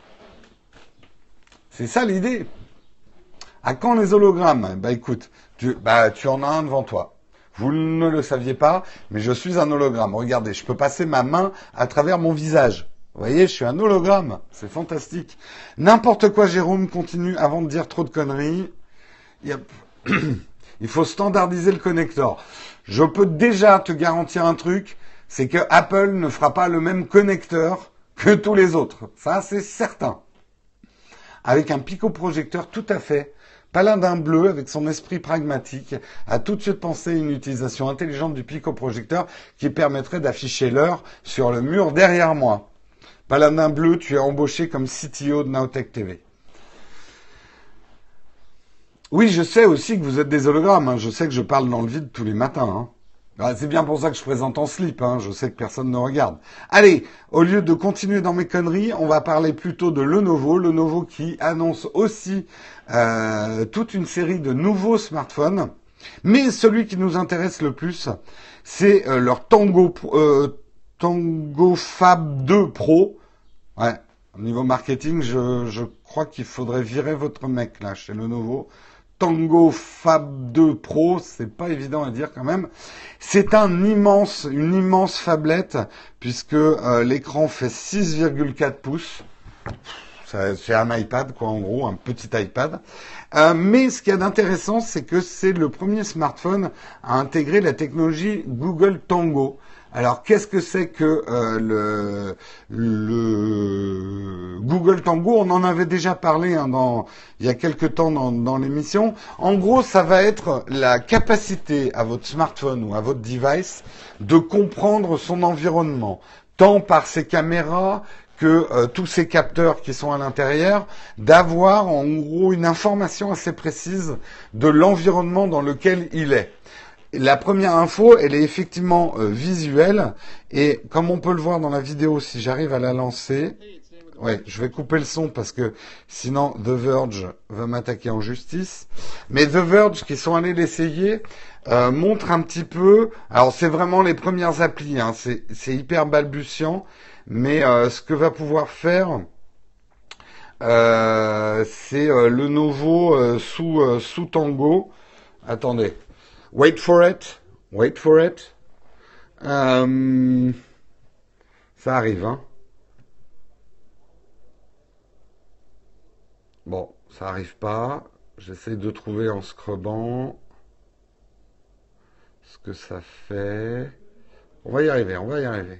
C'est ça l'idée. À quand les hologrammes? Bah écoute, tu, bah, tu en as un devant toi. Vous ne le saviez pas, mais je suis un hologramme. Regardez, je peux passer ma main à travers mon visage. Vous voyez, je suis un hologramme. C'est fantastique. N'importe quoi, Jérôme, continue avant de dire trop de conneries. Il, y a... Il faut standardiser le connecteur. Je peux déjà te garantir un truc, c'est que Apple ne fera pas le même connecteur que tous les autres. Ça, c'est certain. Avec un picoprojecteur tout à fait. Paladin Bleu, avec son esprit pragmatique, a tout de suite pensé à une utilisation intelligente du picoprojecteur qui permettrait d'afficher l'heure sur le mur derrière moi. Paladin Bleu, tu es embauché comme C T O de Nowtech T V. Oui, je sais aussi que vous êtes des hologrammes. Hein. Je sais que je parle dans le vide tous les matins. Hein. Ben, c'est bien pour ça que je présente en slip. Hein. Je sais que personne ne regarde. Allez, au lieu de continuer dans mes conneries, on va parler plutôt de Lenovo. Lenovo qui annonce aussi euh, toute une série de nouveaux smartphones. Mais celui qui nous intéresse le plus, c'est euh, leur Tango, euh, Tango Fab deux Pro. Ouais. Au niveau marketing, je, je crois qu'il faudrait virer votre mec là chez Lenovo. Tango Fab deux Pro, c'est pas évident à dire quand même. C'est un immense, une immense phablette puisque euh, l'écran fait six virgule quatre pouces. C'est un iPad quoi en gros, un petit iPad. Euh, mais ce qu'il y a d'intéressant, c'est que c'est le premier smartphone à intégrer la technologie Google Tango. Alors, qu'est-ce que c'est que euh, le, le Google Tango? On en avait déjà parlé hein, dans, il y a quelques temps dans, dans l'émission. En gros, ça va être la capacité à votre smartphone ou à votre device de comprendre son environnement, tant par ses caméras que euh, tous ces capteurs qui sont à l'intérieur, d'avoir en gros une information assez précise de l'environnement dans lequel il est. La première info, elle est effectivement euh, visuelle et comme on peut le voir dans la vidéo, si j'arrive à la lancer, ouais, je vais couper le son parce que sinon The Verge va m'attaquer en justice. Mais The Verge qui sont allés l'essayer euh, montre un petit peu. Alors c'est vraiment les premières applis, hein, c'est c'est hyper balbutiant, mais euh, ce que va pouvoir faire, euh, c'est euh, Lenovo euh, sous euh, sous Tango. Attendez. Wait for it, wait for it. Euh, ça arrive, hein. Bon, ça arrive pas. J'essaie de trouver en scrubbant ce que ça fait. On va y arriver, on va y arriver.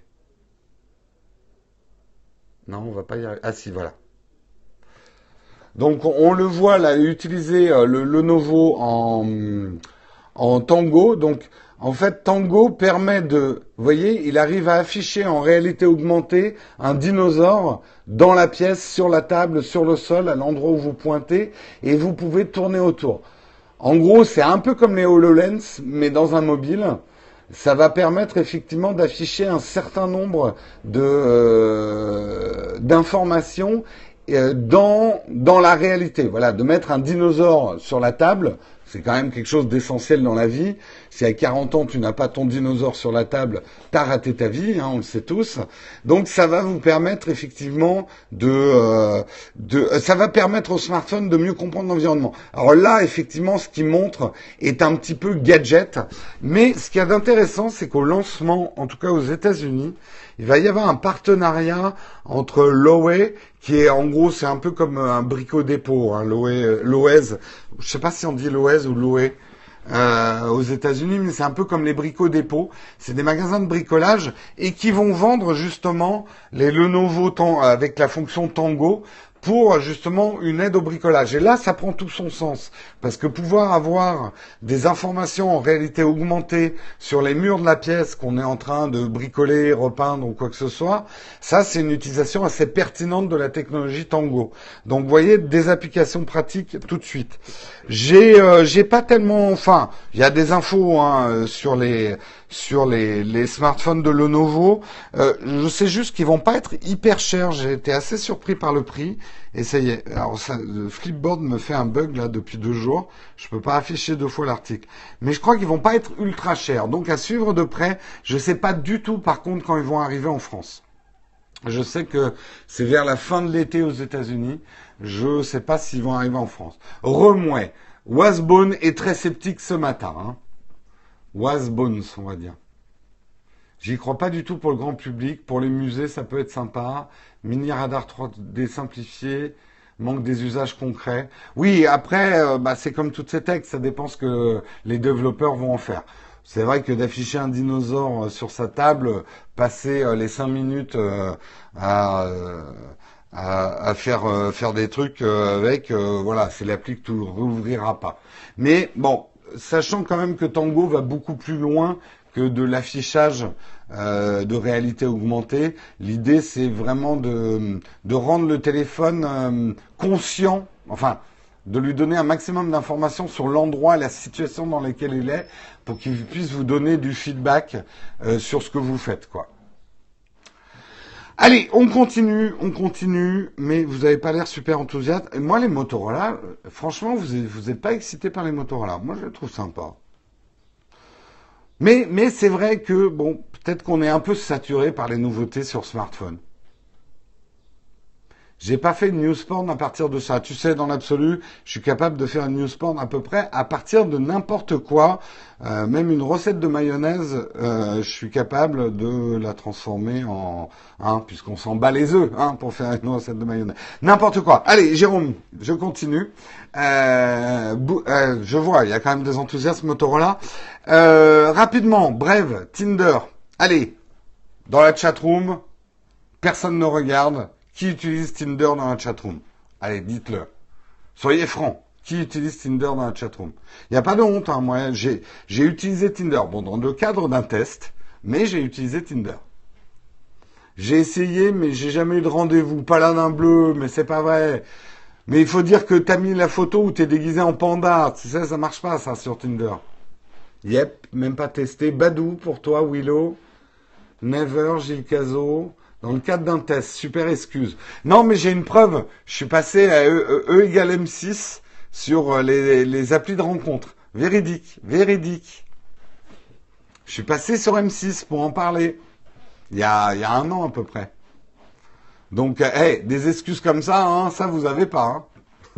Non, on va pas y arriver. Ah si, voilà. Donc on le voit là, utiliser euh, le Lenovo en en Tango. Donc, en fait, Tango permet de, vous voyez, il arrive à afficher en réalité augmentée un dinosaure dans la pièce, sur la table, sur le sol, à l'endroit où vous pointez, et vous pouvez tourner autour. En gros, c'est un peu comme les HoloLens, mais dans un mobile. Ça va permettre effectivement d'afficher un certain nombre de euh, d'informations euh, dans dans la réalité. Voilà, de mettre un dinosaure sur la table. C'est quand même quelque chose d'essentiel dans la vie. Si à quarante ans, tu n'as pas ton dinosaure sur la table, t'as raté ta vie, hein, on le sait tous. Donc, ça va vous permettre effectivement de, euh, de, ça va permettre au smartphone de mieux comprendre l'environnement. Alors là, effectivement, ce qu'il montre est un petit peu gadget. Mais ce qu'il y a d'intéressant, c'est qu'au lancement, en tout cas aux États-Unis, il va y avoir un partenariat entre Lowe, qui est en gros, c'est un peu comme un brico-dépôt, hein, Lowe, Lowe's. Je sais pas si on dit Lowe's ou Lowe euh, aux États-Unis, mais c'est un peu comme les brico-dépôts. C'est des magasins de bricolage et qui vont vendre justement les Lenovo avec la fonction Tango pour justement une aide au bricolage. Et là, ça prend tout son sens, parce que pouvoir avoir des informations en réalité augmentée sur les murs de la pièce qu'on est en train de bricoler, repeindre ou quoi que ce soit, ça c'est une utilisation assez pertinente de la technologie Tango. Donc vous voyez, des applications pratiques tout de suite. J'ai euh, j'ai pas tellement, enfin, il y a des infos hein, sur les sur les, les smartphones de Lenovo. Euh, je sais juste qu'ils vont pas être hyper chers. J'ai été assez surpris par le prix. Et ça y est. Alors ça, le Flipboard me fait un bug là depuis deux jours. Je peux pas afficher deux fois l'article. Mais je crois qu'ils vont pas être ultra chers. Donc à suivre de près. Je sais pas du tout par contre quand ils vont arriver en France. Je sais que c'est vers la fin de l'été aux États-Unis. Je sais pas s'ils vont arriver en France. Remouet. Wasbone est très sceptique ce matin. Hein. Wasbones, on va dire. J'y crois pas du tout pour le grand public. Pour les musées, ça peut être sympa. Mini radar trois D simplifié. Manque des usages concrets. Oui, après, euh, bah, c'est comme toutes ces techs. Ça dépend ce que les développeurs vont en faire. C'est vrai que d'afficher un dinosaure sur sa table, passer euh, les cinq minutes euh, à, euh, à, à faire euh, faire des trucs euh, avec, euh, voilà, c'est l'appli que tu rouvriras pas. Mais bon, sachant quand même que Tango va beaucoup plus loin que de l'affichage euh, de réalité augmentée, l'idée c'est vraiment de, de rendre le téléphone euh, conscient, enfin de lui donner un maximum d'informations sur l'endroit et la situation dans laquelle il est pour qu'il puisse vous donner du feedback euh, sur ce que vous faites, quoi. Allez, on continue, on continue, mais vous n'avez pas l'air super enthousiaste. Et moi, les Motorola, franchement, vous êtes, vous êtes pas excité par les Motorola. Moi, je les trouve sympas. Mais, mais c'est vrai que, bon, peut-être qu'on est un peu saturé par les nouveautés sur smartphone. J'ai pas fait de news porn à partir de ça. Tu sais, dans l'absolu, je suis capable de faire une news porn à peu près à partir de n'importe quoi. Euh, même une recette de mayonnaise, euh, je suis capable de la transformer en... Hein, puisqu'on s'en bat les œufs hein, pour faire une recette de mayonnaise. N'importe quoi. Allez, Jérôme, je continue. Euh, bou- euh, je vois, il y a quand même des enthousiasmes Motorola. Euh, rapidement, bref, Tinder. Allez, dans la chatroom, personne ne regarde. Qui utilise Tinder dans la chatroom? Allez, dites-le. Soyez francs. Qui utilise Tinder dans la chatroom? Il n'y a pas de honte, hein. Moi, j'ai, j'ai utilisé Tinder. Bon, dans le cadre d'un test, mais j'ai utilisé Tinder. J'ai essayé, mais j'ai jamais eu de rendez-vous. Paladin bleu, mais c'est pas vrai. Mais il faut dire que t'as mis la photo où t'es déguisé en panda. Tu sais, ça marche pas, ça, sur Tinder. Yep, même pas testé. Badou, pour toi, Willow. Never, Gilles Cazot. Dans le cadre d'un test, super excuse. Non, mais j'ai une preuve. Je suis passé à E, e, e égale M six sur les, les applis de rencontre. Véridique, véridique. Je suis passé sur M six pour en parler. Il y a, il y a un an à peu près. Donc, euh, hey, des excuses comme ça, hein, ça vous avez pas. Hein.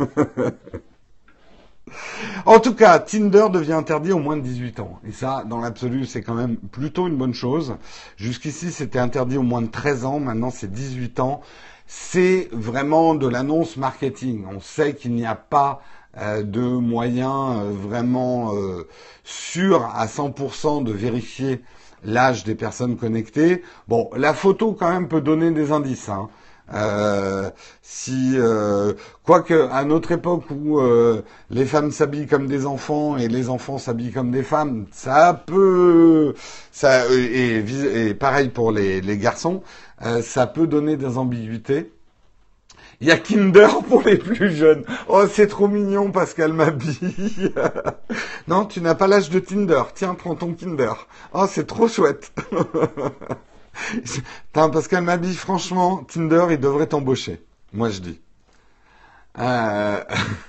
En tout cas, Tinder devient interdit aux moins de dix-huit ans. Et ça, dans l'absolu, c'est quand même plutôt une bonne chose. Jusqu'ici, c'était interdit aux moins de treize ans. Maintenant, c'est dix-huit ans. C'est vraiment de l'annonce marketing. On sait qu'il n'y a pas euh, de moyen euh, vraiment euh, sûr à cent pour cent de vérifier l'âge des personnes connectées. Bon, la photo quand même peut donner des indices, hein. Euh, si euh, quoique à notre époque où euh, les femmes s'habillent comme des enfants et les enfants s'habillent comme des femmes, ça peut ça et, et pareil pour les, les garçons, euh, ça peut donner des ambiguïtés. Il y a Kinder pour les plus jeunes. Oh, c'est trop mignon parce qu'elle m'habille. Non, tu n'as pas l'âge de Tinder. Tiens, prends ton Kinder. Oh, c'est trop chouette. Putain, parce qu'elle m'habille, franchement, Tinder, il devrait t'embaucher. Moi, je dis. Euh...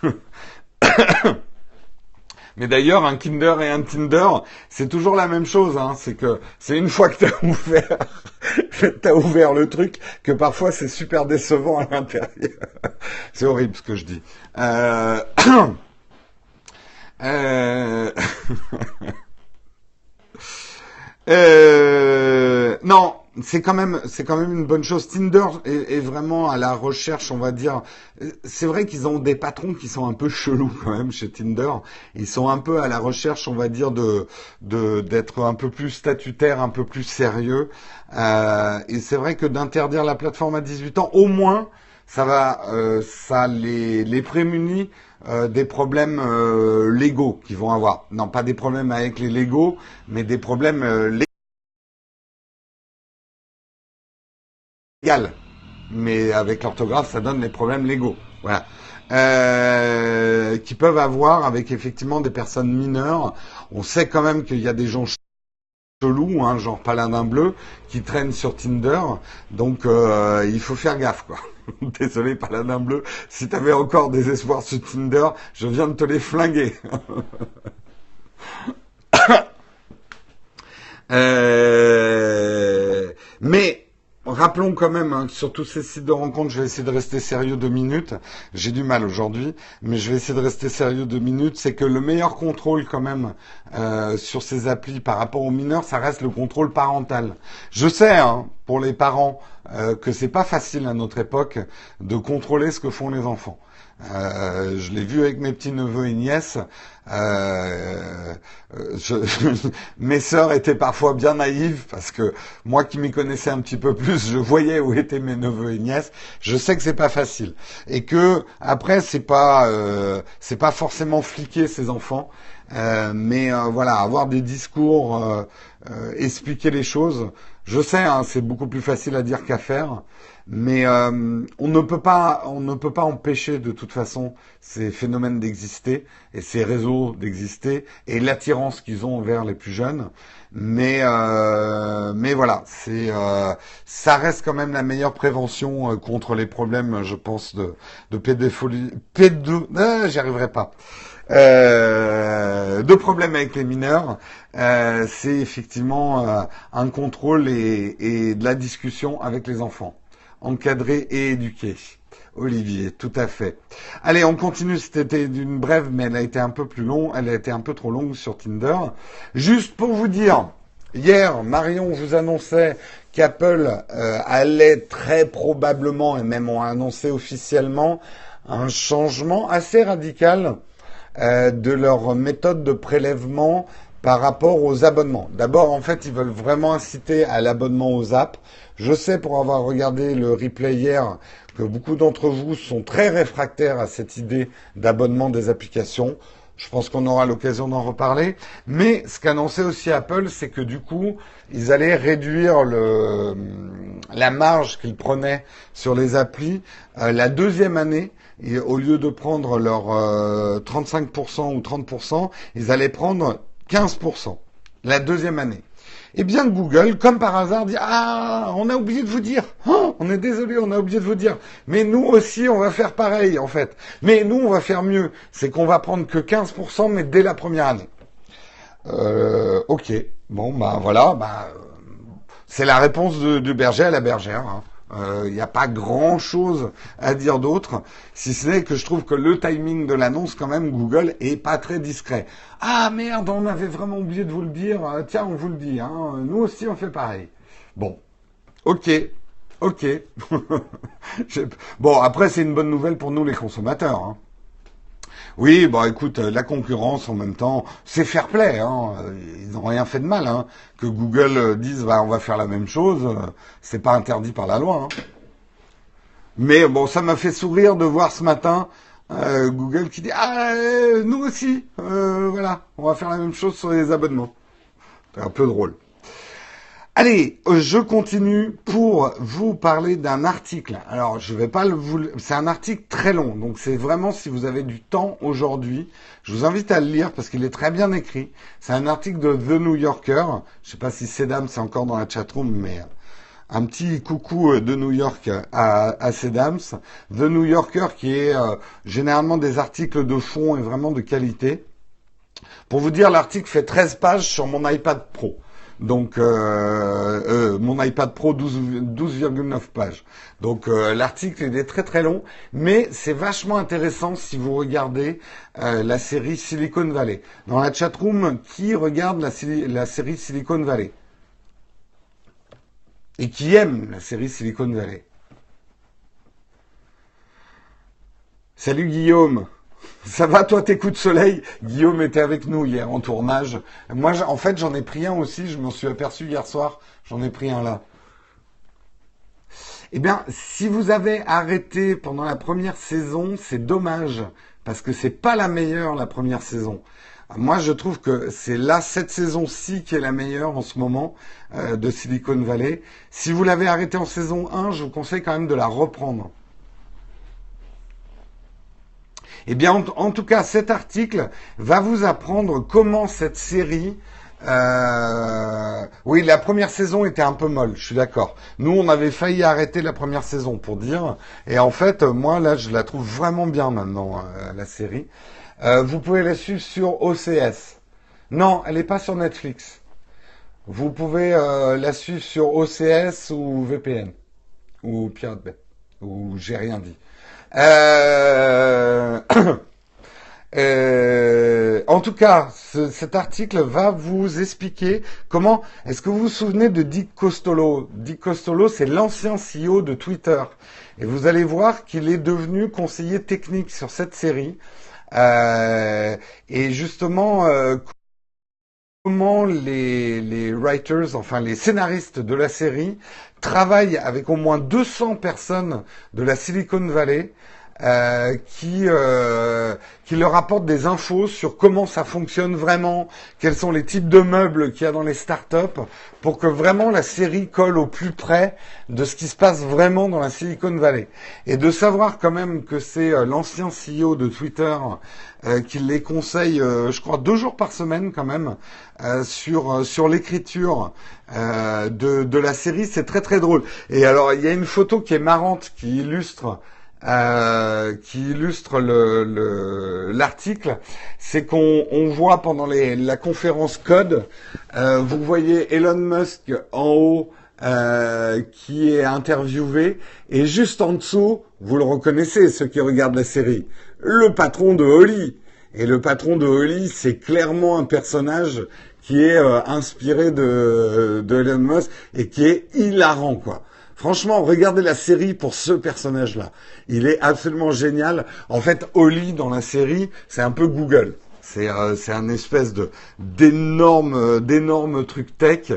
Mais d'ailleurs, un Kinder et un Tinder, c'est toujours la même chose. Hein. C'est que c'est une fois que t'as ouvert, t'as ouvert le truc, que parfois c'est super décevant à l'intérieur. C'est horrible ce que je dis. Euh... euh... euh... Non. C'est quand même, c'est quand même une bonne chose. Tinder est, est vraiment à la recherche, on va dire. C'est vrai qu'ils ont des patrons qui sont un peu chelous quand même chez Tinder. Ils sont un peu à la recherche, on va dire, de, de d'être un peu plus statutaire, un peu plus sérieux. Euh, et c'est vrai que d'interdire la plateforme à dix-huit ans, au moins, ça va, euh, ça les, les prémunit euh, des problèmes euh, légaux qu'ils vont avoir. Non, pas des problèmes avec les légaux, mais des problèmes euh, légaux. Mais avec l'orthographe, ça donne les problèmes légaux. Voilà. Euh, qui peuvent avoir avec effectivement des personnes mineures. On sait quand même qu'il y a des gens chelous, hein, genre Paladin Bleu, qui traînent sur Tinder. Donc euh, il faut faire gaffe, quoi. Désolé Paladin Bleu, si t'avais encore des espoirs sur Tinder, je viens de te les flinguer. Euh, mais rappelons quand même, hein, que sur tous ces sites de rencontres, je vais essayer de rester sérieux deux minutes. J'ai du mal aujourd'hui, mais je vais essayer de rester sérieux deux minutes. C'est que le meilleur contrôle quand même euh, sur ces applis par rapport aux mineurs, ça reste le contrôle parental. Je sais, hein, pour les parents, euh, que c'est pas facile à notre époque de contrôler ce que font les enfants. Euh, je l'ai vu avec mes petits neveux et nièces. Euh, je, mes sœurs étaient parfois bien naïves parce que moi qui m'y connaissais un petit peu plus, je voyais où étaient mes neveux et nièces. Je sais que c'est pas facile et que après c'est pas euh, c'est pas forcément fliquer ces enfants, euh, mais euh, voilà, avoir des discours, euh, euh, expliquer les choses. Je sais, hein, c'est beaucoup plus facile à dire qu'à faire. Mais euh, on ne peut pas, on ne peut pas empêcher de toute façon ces phénomènes d'exister et ces réseaux d'exister et l'attirance qu'ils ont vers les plus jeunes. Mais euh, mais voilà, c'est euh, ça reste quand même la meilleure prévention euh, contre les problèmes, je pense, de de pédophilie, pédo, ah, j'y arriverai pas. Euh, de problèmes avec les mineurs, euh, c'est effectivement euh, un contrôle et, et de la discussion avec les enfants. Encadré et éduqué. Olivier, tout à fait. Allez, on continue. C'était d'une brève, mais elle a été un peu plus longue. Elle a été un peu trop longue sur Tinder. Juste pour vous dire, hier, Marion vous annonçait qu'Apple euh, allait très probablement, et même ont annoncé officiellement, un changement assez radical euh, de leur méthode de prélèvement par rapport aux abonnements. D'abord, en fait, ils veulent vraiment inciter à l'abonnement aux apps. Je sais, pour avoir regardé le replay hier, que beaucoup d'entre vous sont très réfractaires à cette idée d'abonnement des applications. Je pense qu'on aura l'occasion d'en reparler. Mais ce qu'annonçait aussi Apple, c'est que du coup, ils allaient réduire le, la marge qu'ils prenaient sur les applis euh, la deuxième année. Et au lieu de prendre leur euh, trente-cinq pour cent ou trente pour cent, ils allaient prendre quinze pour cent la deuxième année. Eh bien, Google, comme par hasard, dit « Ah, on a oublié de vous dire. Oh, on est désolé, on a oublié de vous dire. Mais nous aussi, on va faire pareil, en fait. Mais nous, on va faire mieux. C'est qu'on va prendre que quinze pour cent, mais dès la première année. Euh, ok. Bon, bah voilà. Bah, c'est la réponse de, du berger à la bergère. Hein. Il n'y a pas grand-chose à dire d'autre, si ce n'est que je trouve que le timing de l'annonce, quand même, Google, est pas très discret. Ah merde, on avait vraiment oublié de vous le dire. Tiens, on vous le dit. Hein. Nous aussi, on fait pareil. Bon, ok, ok. Bon, après, c'est une bonne nouvelle pour nous, les consommateurs. Hein. Oui, bah écoute, la concurrence en même temps, c'est fair play. Hein. Ils n'ont rien fait de mal. Hein. Que Google dise, bah on va faire la même chose, c'est pas interdit par la loi. Hein. Mais bon, ça m'a fait sourire de voir ce matin euh, Google qui dit, ah euh, nous aussi, euh, voilà, on va faire la même chose sur les abonnements. C'est un peu drôle. Allez, je continue pour vous parler d'un article. Alors, je vais pas le vous, c'est un article très long, donc c'est vraiment si vous avez du temps aujourd'hui, je vous invite à le lire parce qu'il est très bien écrit. C'est un article de The New Yorker. Je sais pas si Sedam c'est encore dans la chatroom, mais un petit coucou de New York à, à Sedams. The New Yorker qui est euh, généralement des articles de fond et vraiment de qualité. Pour vous dire, l'article fait treize pages sur mon iPad Pro. Donc euh, euh, mon iPad Pro douze virgule neuf pages. Donc euh, l'article il est très très long, mais c'est vachement intéressant si vous regardez euh, la série Silicon Valley. Dans la chatroom, qui regarde la, la série Silicon Valley et qui aime la série Silicon Valley? Salut Guillaume. Ça va, toi, tes coups de soleil? Guillaume était avec nous hier en tournage. Moi, en fait, j'en ai pris un aussi. Je m'en suis aperçu hier soir. J'en ai pris un là. Eh bien, si vous avez arrêté pendant la première saison, c'est dommage, parce que c'est pas la meilleure, la première saison. Moi, je trouve que c'est là, cette saison-ci, qui est la meilleure en ce moment euh, de Silicon Valley. Si vous l'avez arrêté en saison un, je vous conseille quand même de la reprendre. Eh bien, en, en tout cas, cet article va vous apprendre comment cette série... euh, Oui, la première saison était un peu molle, je suis d'accord. Nous, on avait failli arrêter la première saison, pour dire. Et en fait, moi, là, je la trouve vraiment bien maintenant, euh, la série. Euh, vous pouvez la suivre sur O C S. Non, elle n'est pas sur Netflix. Vous pouvez euh, la suivre sur O C S ou V P N. Ou Pirate Bay. Ou j'ai rien dit. Euh... Euh, en tout cas, ce- cet article va vous expliquer comment. Est-ce que vous vous souvenez de Dick Costolo? Dick Costolo, c'est l'ancien C E O de Twitter. Et vous allez voir qu'il est devenu conseiller technique sur cette série. Euh, et justement, euh, comment les, les writers, enfin les scénaristes de la série, travaillent avec au moins deux cents personnes de la Silicon Valley euh, qui, euh, qui leur apportent des infos sur comment ça fonctionne vraiment, quels sont les types de meubles qu'il y a dans les startups, pour que vraiment la série colle au plus près de ce qui se passe vraiment dans la Silicon Valley. Et de savoir quand même que c'est euh, l'ancien C E O de Twitter euh, qui les conseille, euh, je crois, deux jours par semaine quand même, euh, sur euh, sur l'écriture euh, de de la série, c'est très très drôle. Et alors, il y a une photo qui est marrante, qui illustre euh, qui illustre le le- l'article, c'est qu'on on voit pendant les, la conférence Code, euh, vous voyez Elon Musk en haut euh, qui est interviewé, et juste en dessous, vous le reconnaissez, ceux qui regardent la série, le patron de Holly. Et le patron de Holly, c'est clairement un personnage qui est euh, inspiré de, de Elon Musk et qui est hilarant, quoi. Franchement, regardez la série pour ce personnage-là. Il est absolument génial. En fait, Holly, dans la série, c'est un peu Google. C'est euh, c'est un espèce de d'énorme euh, d'énorme truc tech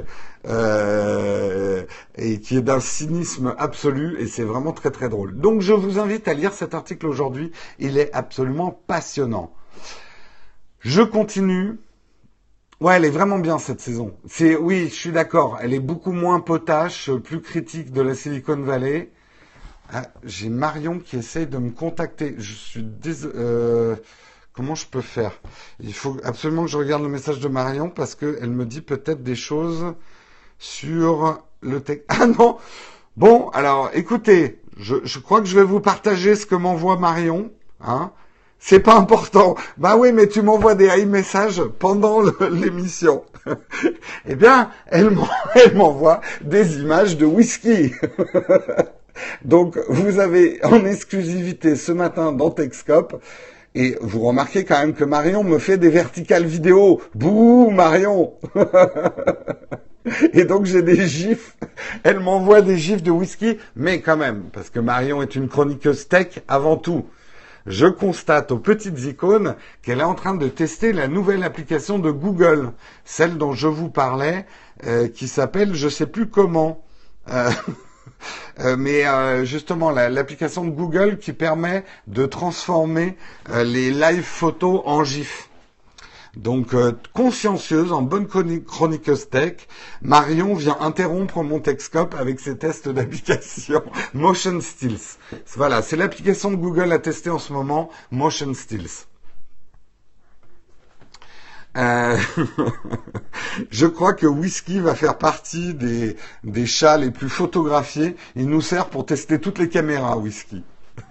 euh, et qui est d'un cynisme absolu, et c'est vraiment très très drôle. Donc je vous invite à lire cet article aujourd'hui. Il est absolument passionnant. Je continue. Ouais, elle est vraiment bien cette saison. C'est, oui, je suis d'accord. Elle est beaucoup moins potache, euh, plus critique de la Silicon Valley. Ah, j'ai Marion qui essaye de me contacter. Je suis désolé. Euh, comment je peux faire? Il faut absolument que je regarde le message de Marion, parce que elle me dit peut-être des choses sur le tech. Ah non! Bon, alors, écoutez, je, je crois que je vais vous partager ce que m'envoie Marion, hein. C'est pas important. Bah oui, mais tu m'envoies des iMessages pendant le- l'émission. Eh bien, elle m'en- elle m'envoie des images de whisky. Donc, vous avez en exclusivité ce matin dans Techscope. Et vous remarquez quand même que Marion me fait des verticales vidéo. Bouh, Marion! Et donc j'ai des gifs. Elle m'envoie des gifs de whisky, mais quand même, parce que Marion est une chroniqueuse tech avant tout. Je constate aux petites icônes qu'elle est en train de tester la nouvelle application de Google, celle dont je vous parlais, euh, qui s'appelle je sais plus comment. Euh, euh, mais euh, justement, la- l'application de Google qui permet de transformer euh, les live photos en GIF. Donc, euh, consciencieuse, en bonne chroni- chroniqueuse tech, Marion vient interrompre mon Techscope avec ses tests d'application Motion Stills. Voilà, c'est l'application de Google à tester en ce moment, Motion Stills. Euh, je crois que Whisky va faire partie des, des chats les plus photographiés. Il nous sert pour tester toutes les caméras, Whisky.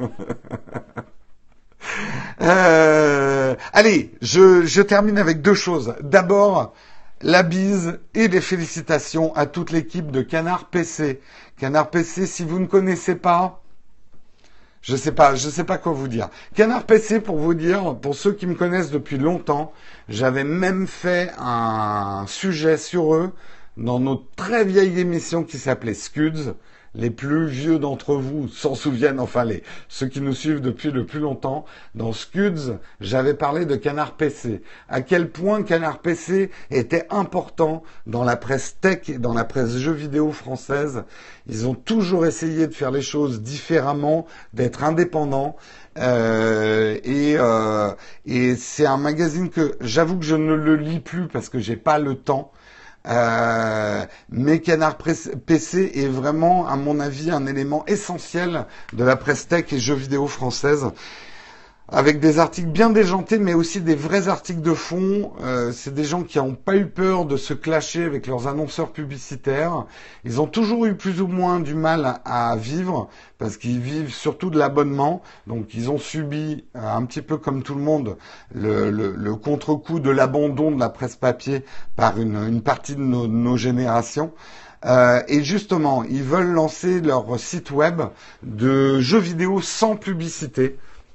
Euh, allez, je, je termine avec deux choses. D'abord, la bise et les félicitations à toute l'équipe de Canard P C. Canard P C, si vous ne connaissez pas, je sais pas, je sais pas quoi vous dire. Canard P C, pour vous dire, pour ceux qui me connaissent depuis longtemps, j'avais même fait un sujet sur eux dans notre très vieille émission qui s'appelait Scuds. les plus vieux d'entre vous s'en souviennent, enfin les ceux qui nous suivent depuis le plus longtemps. Dans Scuds, j'avais parlé de Canard P C. À quel point Canard P C était important dans la presse tech et dans la presse jeux vidéo française. Ils ont toujours essayé de faire les choses différemment, d'être indépendants. Euh, et euh, et c'est un magazine que j'avoue que je ne le lis plus parce que j'ai pas le temps. Euh, mais Canard P C est vraiment, à mon avis, un élément essentiel de la presse tech et jeux vidéo française, avec des articles bien déjantés, mais aussi des vrais articles de fond. Euh, c'est des gens qui n'ont pas eu peur de se clasher avec leurs annonceurs publicitaires. Ils ont toujours eu plus ou moins du mal à vivre, parce qu'ils vivent surtout de l'abonnement. Donc ils ont subi, euh, un petit peu comme tout le monde, le, le, le contre-coup de l'abandon de la presse papier par une, une partie de nos, de nos générations. Euh, et justement, ils veulent lancer leur site web de jeux vidéo sans publicité.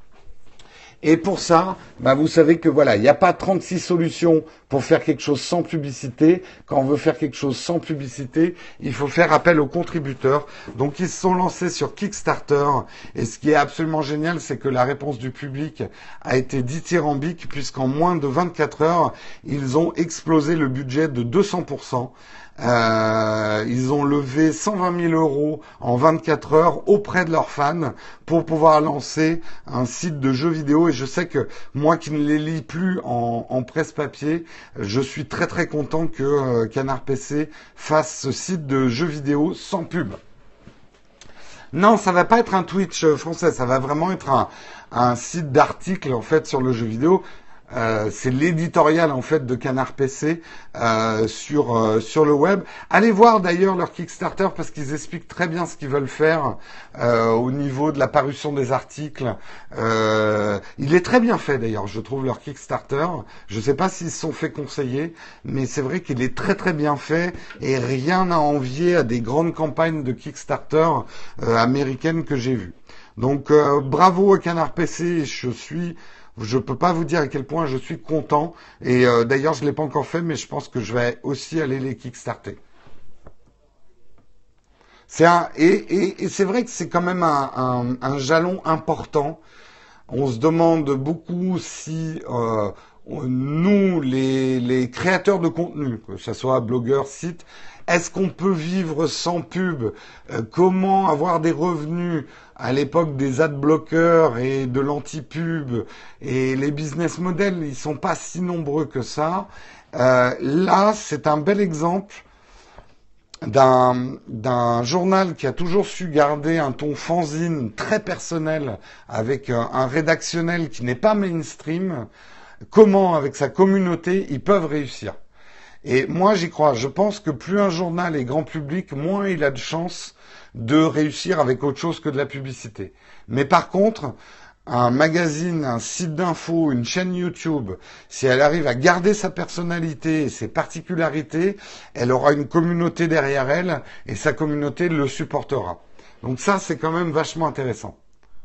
Et pour ça, bah vous savez que voilà, il n'y a pas trente-six solutions pour faire quelque chose sans publicité. Quand on veut faire quelque chose sans publicité, il faut faire appel aux contributeurs. Donc ils se sont lancés sur Kickstarter. Et ce qui est absolument génial, c'est que la réponse du public a été dithyrambique, puisqu'en moins de vingt-quatre heures, ils ont explosé le budget de deux cents pour cent. Euh, ils ont levé cent vingt mille euros en vingt-quatre heures auprès de leurs fans pour pouvoir lancer un site de jeux vidéo. Et je sais que moi qui ne les lis plus en, en presse papier, je suis très très content que euh, Canard P C fasse ce site de jeux vidéo sans pub. Non, ça va pas être un Twitch français, ça va vraiment être un, un site d'articles en fait sur le jeu vidéo. Euh, c'est l'éditorial en fait de Canard P C euh, sur euh, sur le web. Allez voir d'ailleurs leur Kickstarter parce qu'ils expliquent très bien ce qu'ils veulent faire euh, au niveau de la parution des articles. Euh, il est très bien fait d'ailleurs, je trouve leur Kickstarter. Je sais pas s'ils se sont fait conseiller, mais c'est vrai qu'il est très très bien fait et rien à envier à des grandes campagnes de Kickstarter euh, américaines que j'ai vues. Donc euh, bravo à Canard P C, je suis Je peux pas vous dire à quel point je suis content. Et euh, d'ailleurs, je l'ai pas encore fait, mais je pense que je vais aussi aller les kickstarter. C'est un et, et, et c'est vrai que c'est quand même un, un, un jalon important. On se demande beaucoup si euh, nous, les, les créateurs de contenu, que ce soit blogueurs, sites, est-ce qu'on peut vivre sans pub? euh, Comment avoir des revenus à l'époque des adblockers et de l'anti-pub? Et les business models, ils sont pas si nombreux que ça. Euh, là, c'est un bel exemple d'un d'un journal qui a toujours su garder un ton fanzine très personnel avec un, un rédactionnel qui n'est pas mainstream. Comment, avec sa communauté, ils peuvent réussir. Et moi, j'y crois. Je pense que plus un journal est grand public, moins il a de chances de réussir avec autre chose que de la publicité. Mais par contre, un magazine, un site d'info, une chaîne YouTube, si elle arrive à garder sa personnalité et ses particularités, elle aura une communauté derrière elle et sa communauté le supportera. Donc ça, c'est quand même vachement intéressant.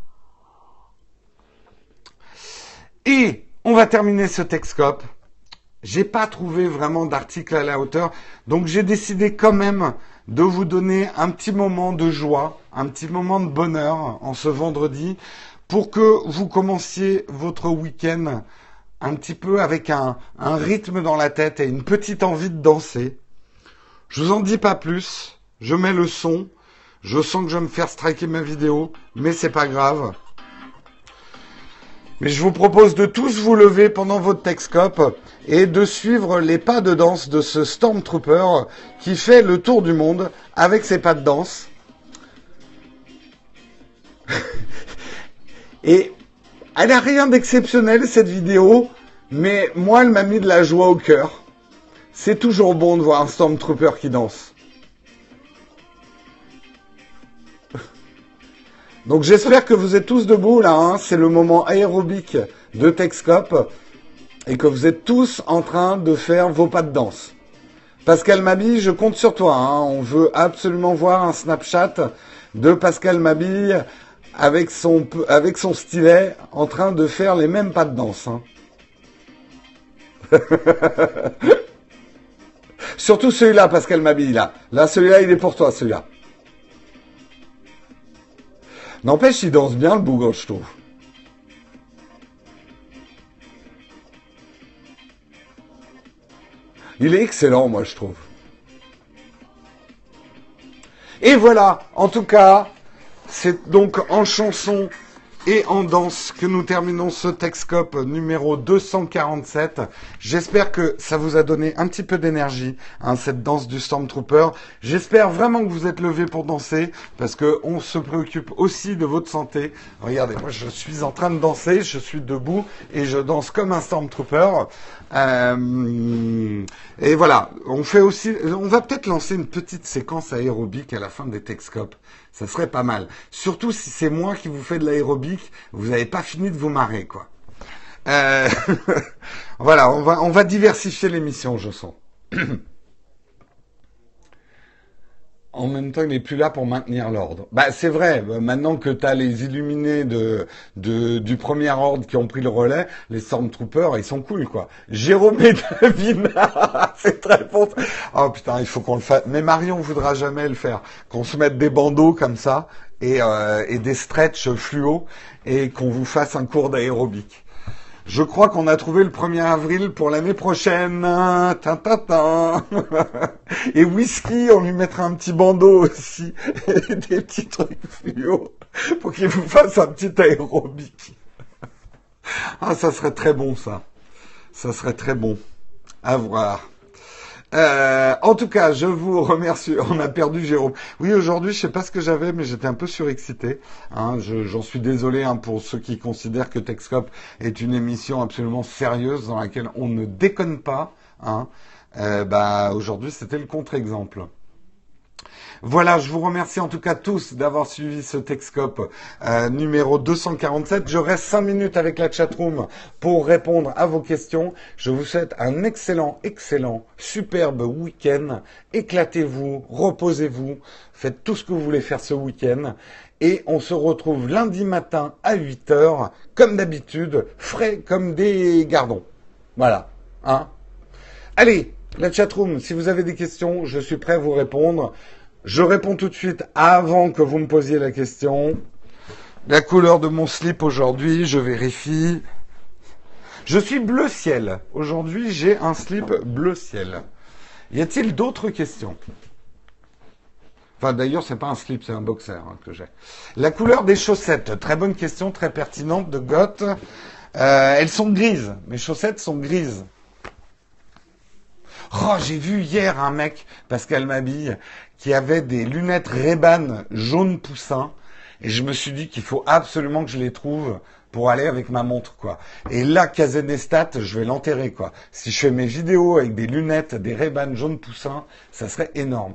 Et on va terminer ce Techscope. J'ai pas trouvé vraiment d'article à la hauteur, donc j'ai décidé quand même de vous donner un petit moment de joie, un petit moment de bonheur en ce vendredi, pour que vous commenciez votre week-end un petit peu avec un, un rythme dans la tête et une petite envie de danser. Je vous en dis pas plus, je mets le son, je sens que je vais me faire striker ma vidéo, mais c'est pas grave. Mais je vous propose de tous vous lever pendant votre Techscope et de suivre les pas de danse de ce Stormtrooper qui fait le tour du monde avec ses pas de danse. Et elle n'a rien d'exceptionnel cette vidéo, mais moi elle m'a mis de la joie au cœur. C'est toujours bon de voir un Stormtrooper qui danse. Donc j'espère que vous êtes tous debout là, hein. C'est le moment aérobique de Techscope et que vous êtes tous en train de faire vos pas de danse. Pascal Mabille, je compte sur toi, hein. On veut absolument voir un Snapchat de Pascal Mabille avec son, avec son stylet en train de faire les mêmes pas de danse. Hein. Surtout celui-là, Pascal Mabille, là. Là, celui-là, il est pour toi, celui-là. N'empêche, il danse bien le bougre, je trouve. Il est excellent, moi, je trouve. Et voilà, en tout cas, c'est donc en chanson et en danse que nous terminons ce Texcope numéro deux cent quarante-sept. J'espère que ça vous a donné un petit peu d'énergie, hein, cette danse du Stormtrooper. J'espère vraiment que vous êtes levés pour danser, parce que on se préoccupe aussi de votre santé. Regardez, moi je suis en train de danser, je suis debout et je danse comme un Stormtrooper. Euh, et voilà, on fait aussi, on va peut-être lancer une petite séquence aérobique à la fin des Texcopes. Ça serait pas mal. Surtout si c'est moi qui vous fais de l'aérobic, vous n'avez pas fini de vous marrer, quoi. Euh, voilà, on va, on va diversifier l'émission, je sens. En même temps, il n'est plus là pour maintenir l'ordre. Bah, c'est vrai. Maintenant que tu as les illuminés de, de, du premier ordre qui ont pris le relais, les Stormtroopers, ils sont cool, quoi. Jérôme et Davina, c'est très bon. Oh putain, il faut qu'on le fasse. Mais Marion voudra jamais le faire. Qu'on se mette des bandeaux comme ça et, euh, et des stretch fluo et qu'on vous fasse un cours d'aérobic. Je crois qu'on a trouvé le premier avril pour l'année prochaine. Tin, tin, tin. Et whisky, on lui mettra un petit bandeau aussi. Et des petits trucs fluo pour qu'il vous fasse un petit aérobic. Ah, ça serait très bon, ça. Ça serait très bon. À voir. Euh, en tout cas, je vous remercie. On a perdu Jérôme. Oui, aujourd'hui, je sais pas ce que j'avais, mais j'étais un peu surexcité. Hein, je, j'en suis désolé hein, pour ceux qui considèrent que Texcope est une émission absolument sérieuse dans laquelle on ne déconne pas. Hein. Euh, bah, aujourd'hui, c'était le contre-exemple. Voilà, je vous remercie en tout cas tous d'avoir suivi ce Texcope euh, numéro deux cent quarante-sept. Je reste cinq minutes avec la chatroom pour répondre à vos questions. Je vous souhaite un excellent, excellent, superbe week-end. Éclatez-vous, reposez-vous, faites tout ce que vous voulez faire ce week-end. Et on se retrouve lundi matin à huit heures, comme d'habitude, frais comme des gardons. Voilà, hein. Allez, la chatroom, si vous avez des questions, je suis prêt à vous répondre. Je réponds tout de suite avant que vous me posiez la question. La couleur de mon slip aujourd'hui, je vérifie. Je suis bleu ciel. Aujourd'hui, j'ai un slip bleu ciel. Y a-t-il d'autres questions? Enfin, d'ailleurs, c'est pas un slip, c'est un boxer hein, que j'ai. La couleur des chaussettes. Très bonne question, très pertinente de Goth. Euh, elles sont grises. Mes chaussettes sont grises. Oh, j'ai vu hier un mec, parce qu'elle m'habille, qui avait des lunettes Ray-Ban jaune poussin, et je me suis dit qu'il faut absolument que je les trouve pour aller avec ma montre, quoi. Et là, Kazenestat, je vais l'enterrer, quoi. Si je fais mes vidéos avec des lunettes, des Ray-Ban jaune poussin, ça serait énorme.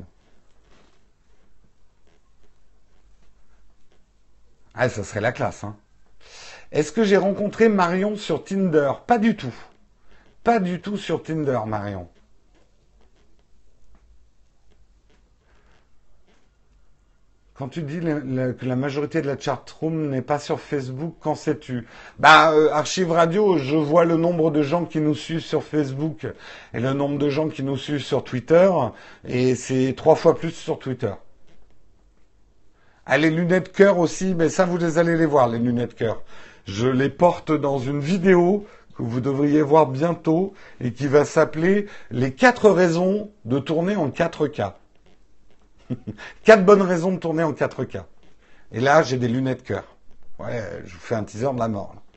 Ah, ça serait la classe, hein. Est-ce que j'ai rencontré Marion sur Tinder? Pas du tout. Pas du tout sur Tinder, Marion. Quand tu dis la- la- que la majorité de la chatroom n'est pas sur Facebook, qu'en sais-tu? Bah, euh, Archive Radio, je vois le nombre de gens qui nous suivent sur Facebook et le nombre de gens qui nous suivent sur Twitter, et c'est trois fois plus sur Twitter. Ah, les lunettes cœur aussi, mais ça, vous les allez les voir, les lunettes cœur. Je les porte dans une vidéo que vous devriez voir bientôt et qui va s'appeler Les quatre raisons de tourner en quatre K. Quatre bonnes raisons de tourner en quatre K. Et là, j'ai des lunettes cœur. Ouais, je vous fais un teaser de la mort. Là.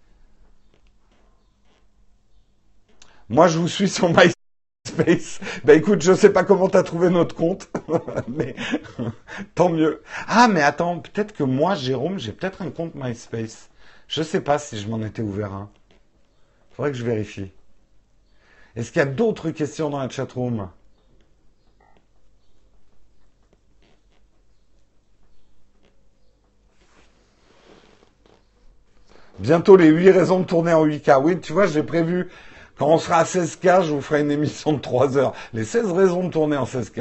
Moi, je vous suis sur MySpace. Bah écoute, je sais pas comment t'as trouvé notre compte, mais tant mieux. Ah, mais attends, peut-être que moi, Jérôme, j'ai peut-être un compte MySpace. Je sais pas si je m'en étais ouvert un. Faudrait que je vérifie. Est-ce qu'il y a d'autres questions dans la chatroom? Bientôt les huit raisons de tourner en huit K. Oui, tu vois, j'ai prévu, quand on sera à seize K, je vous ferai une émission de trois heures. Les seize raisons de tourner en seize K.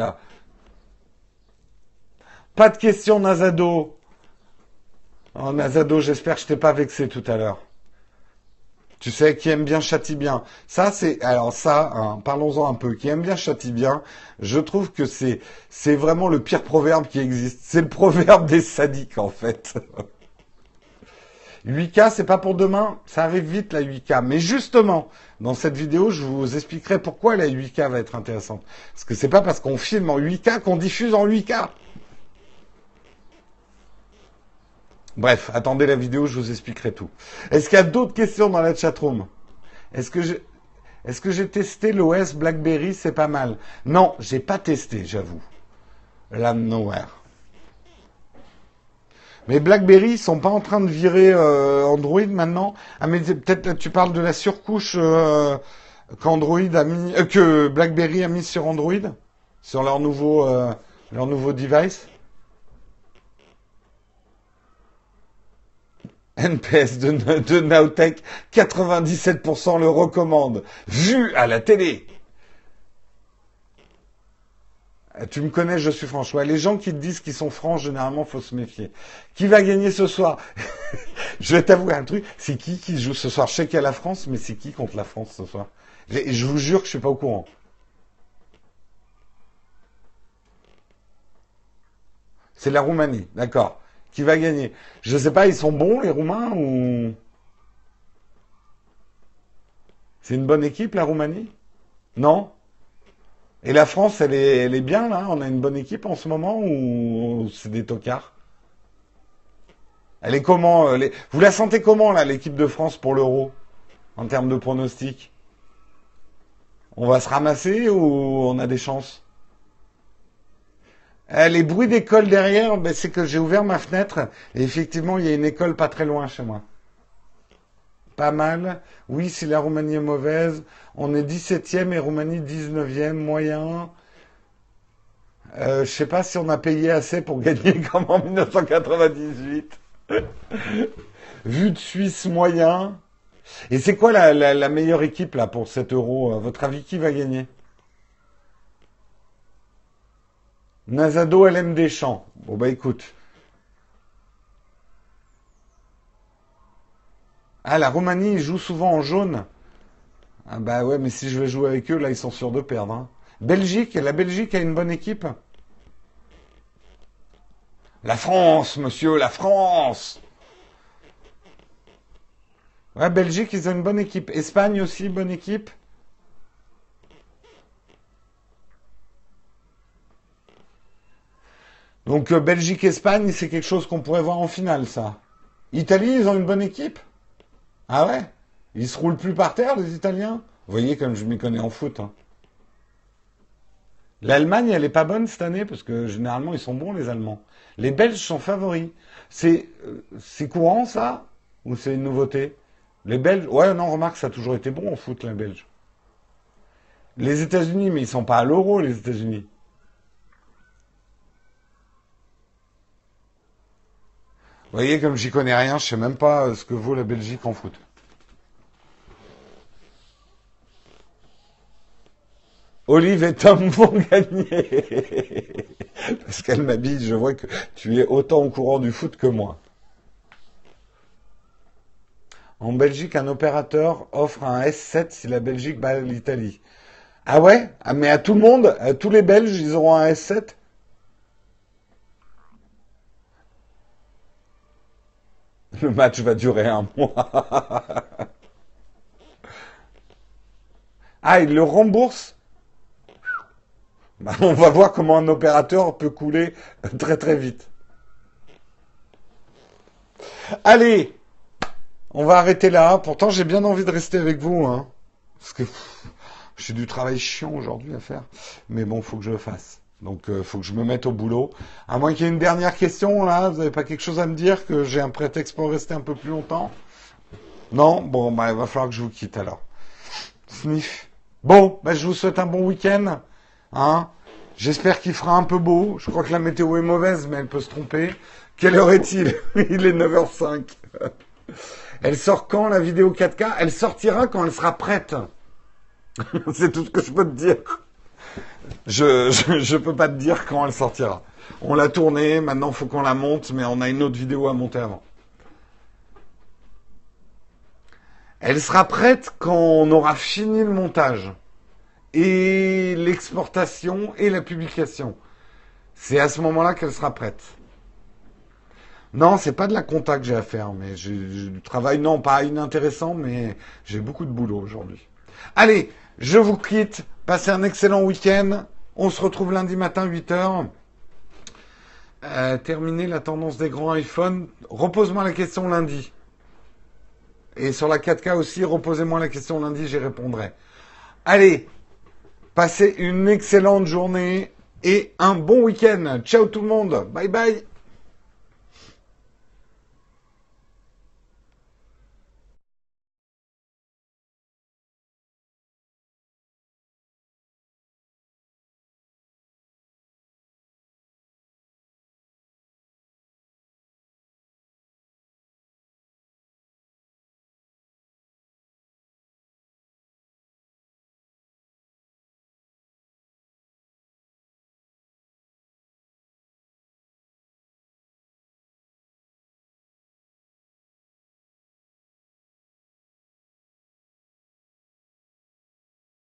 Pas de questions, Nazado. Oh, Nazado, j'espère que je t'ai pas vexé tout à l'heure. Tu sais, qui aime bien châtie bien. Ça, c'est, alors ça, hein, parlons-en un peu. Qui aime bien châtie bien. Je trouve que c'est, c'est vraiment le pire proverbe qui existe. C'est le proverbe des sadiques, en fait. huit K, c'est pas pour demain. Ça arrive vite, la huit K. Mais justement, dans cette vidéo, je vous expliquerai pourquoi la huit K va être intéressante. Parce que c'est pas parce qu'on filme en huit K qu'on diffuse en huit K. Bref, attendez la vidéo, je vous expliquerai tout. Est-ce qu'il y a d'autres questions dans la chatroom? Est-ce que j'ai, est-ce que j'ai testé l'O S BlackBerry? C'est pas mal. Non, j'ai pas testé, j'avoue. L'Nowhere. Mais BlackBerry, ils sont pas en train de virer euh, Android maintenant? Ah, mais peut-être là, tu parles de la surcouche euh, qu'Android a mis, euh, que BlackBerry a mis sur Android, sur leur nouveau, euh, leur nouveau device. N P S de, de Nowtech, quatre-vingt-dix-sept pour cent le recommandent. Vu à la télé. Tu me connais, je suis franc. Ouais, les gens qui te disent qu'ils sont francs, généralement, faut se méfier. Qui va gagner ce soir? Je vais t'avouer un truc. C'est qui qui joue ce soir? Je sais qu'il y a la France, mais c'est qui contre la France ce soir? Je, je vous jure que je suis pas au courant. C'est la Roumanie, d'accord. Qui va gagner? Je sais pas, ils sont bons les Roumains ou c'est une bonne équipe la Roumanie? Non? Et la France, elle est, elle est bien là? On a une bonne équipe en ce moment ou c'est des tocards? Elle est comment euh, les- Vous la sentez comment là, l'équipe de France pour l'Euro en termes de pronostic? On va se ramasser ou on a des chances? Euh, les bruits d'école derrière, ben, c'est que j'ai ouvert ma fenêtre et effectivement il y a une école pas très loin chez moi. Pas mal. Oui, si la Roumanie est mauvaise, on est dix-septième et Roumanie dix-neuvième, moyen. Euh, je sais pas si on a payé assez pour gagner comme en mille neuf cent quatre-vingt-dix-huit. Vu de Suisse moyen. Et c'est quoi la, la- la meilleure équipe là pour cet euro? À votre avis, qui va gagner? Nazado, L M Deschamps. Bon bah écoute. Ah, la Roumanie, ils jouent souvent en jaune. Ah bah ouais, mais si je vais jouer avec eux, là, ils sont sûrs de perdre, hein. Belgique, la Belgique a une bonne équipe. La France, monsieur, la France. Ouais, Belgique, ils ont une bonne équipe. Espagne aussi, bonne équipe. Donc euh, Belgique-Espagne, c'est quelque chose qu'on pourrait voir en finale, ça. Italie, ils ont une bonne équipe. Ah ouais? Ils se roulent plus par terre, les Italiens? Vous voyez comme je m'y connais en foot, hein. L'Allemagne, elle est pas bonne cette année parce que généralement ils sont bons les Allemands. Les Belges sont favoris. C'est euh, c'est courant ça ou c'est une nouveauté? Les Belges, ouais non remarque ça a toujours été bon en foot les Belges. Les États-Unis, mais ils sont pas à l'euro les États-Unis. Vous voyez comme j'y connais rien, je sais même pas euh, ce que vaut la Belgique en foot. Olive et Tom vont gagner. Parce qu'elle m'habille, je vois que tu es autant au courant du foot que moi. En Belgique, un opérateur offre un S sept si la Belgique bat l'Italie. Ah ouais? Ah, mais à tout le monde, à tous les Belges, ils auront un S sept? Le match va durer un mois. Ah, ils le remboursent? Bah, on va voir comment un opérateur peut couler très très vite. Allez, on va arrêter là. Pourtant, j'ai bien envie de rester avec vous, hein. Parce que pff, j'ai du travail chiant aujourd'hui à faire. Mais bon, faut que je le fasse. Donc, euh, faut que je me mette au boulot. À moins qu'il y ait une dernière question, là. Vous n'avez pas quelque chose à me dire, que j'ai un prétexte pour rester un peu plus longtemps? Non? Bon, bah, il va falloir que je vous quitte alors. Sniff. Bon, bah, je vous souhaite un bon week-end. Hein? J'espère qu'il fera un peu beau. Je crois que la météo est mauvaise, mais elle peut se tromper. Quelle heure est-il? Il est neuf heures cinq. Elle sort quand la vidéo quatre K? Elle sortira quand elle sera prête. C'est tout ce que je peux te dire. Je, je, je peux pas te dire quand elle sortira. On l'a tournée, maintenant il faut qu'on la monte, mais on a une autre vidéo à monter avant. Elle sera prête quand on aura fini le montage et l'exportation et la publication. C'est à ce moment-là qu'elle sera prête. Non, c'est pas de la compta que j'ai à faire, mais j'ai j'ai du travail, non, pas inintéressant, mais j'ai beaucoup de boulot aujourd'hui. Allez, je vous quitte. Passez un excellent week-end. On se retrouve lundi matin, huit heures. Euh, terminer la tendance des grands iPhones. Repose-moi la question lundi. Et sur la quatre K aussi, reposez-moi la question lundi, j'y répondrai. Allez, passez une excellente journée et un bon week-end. Ciao tout le monde. Bye bye.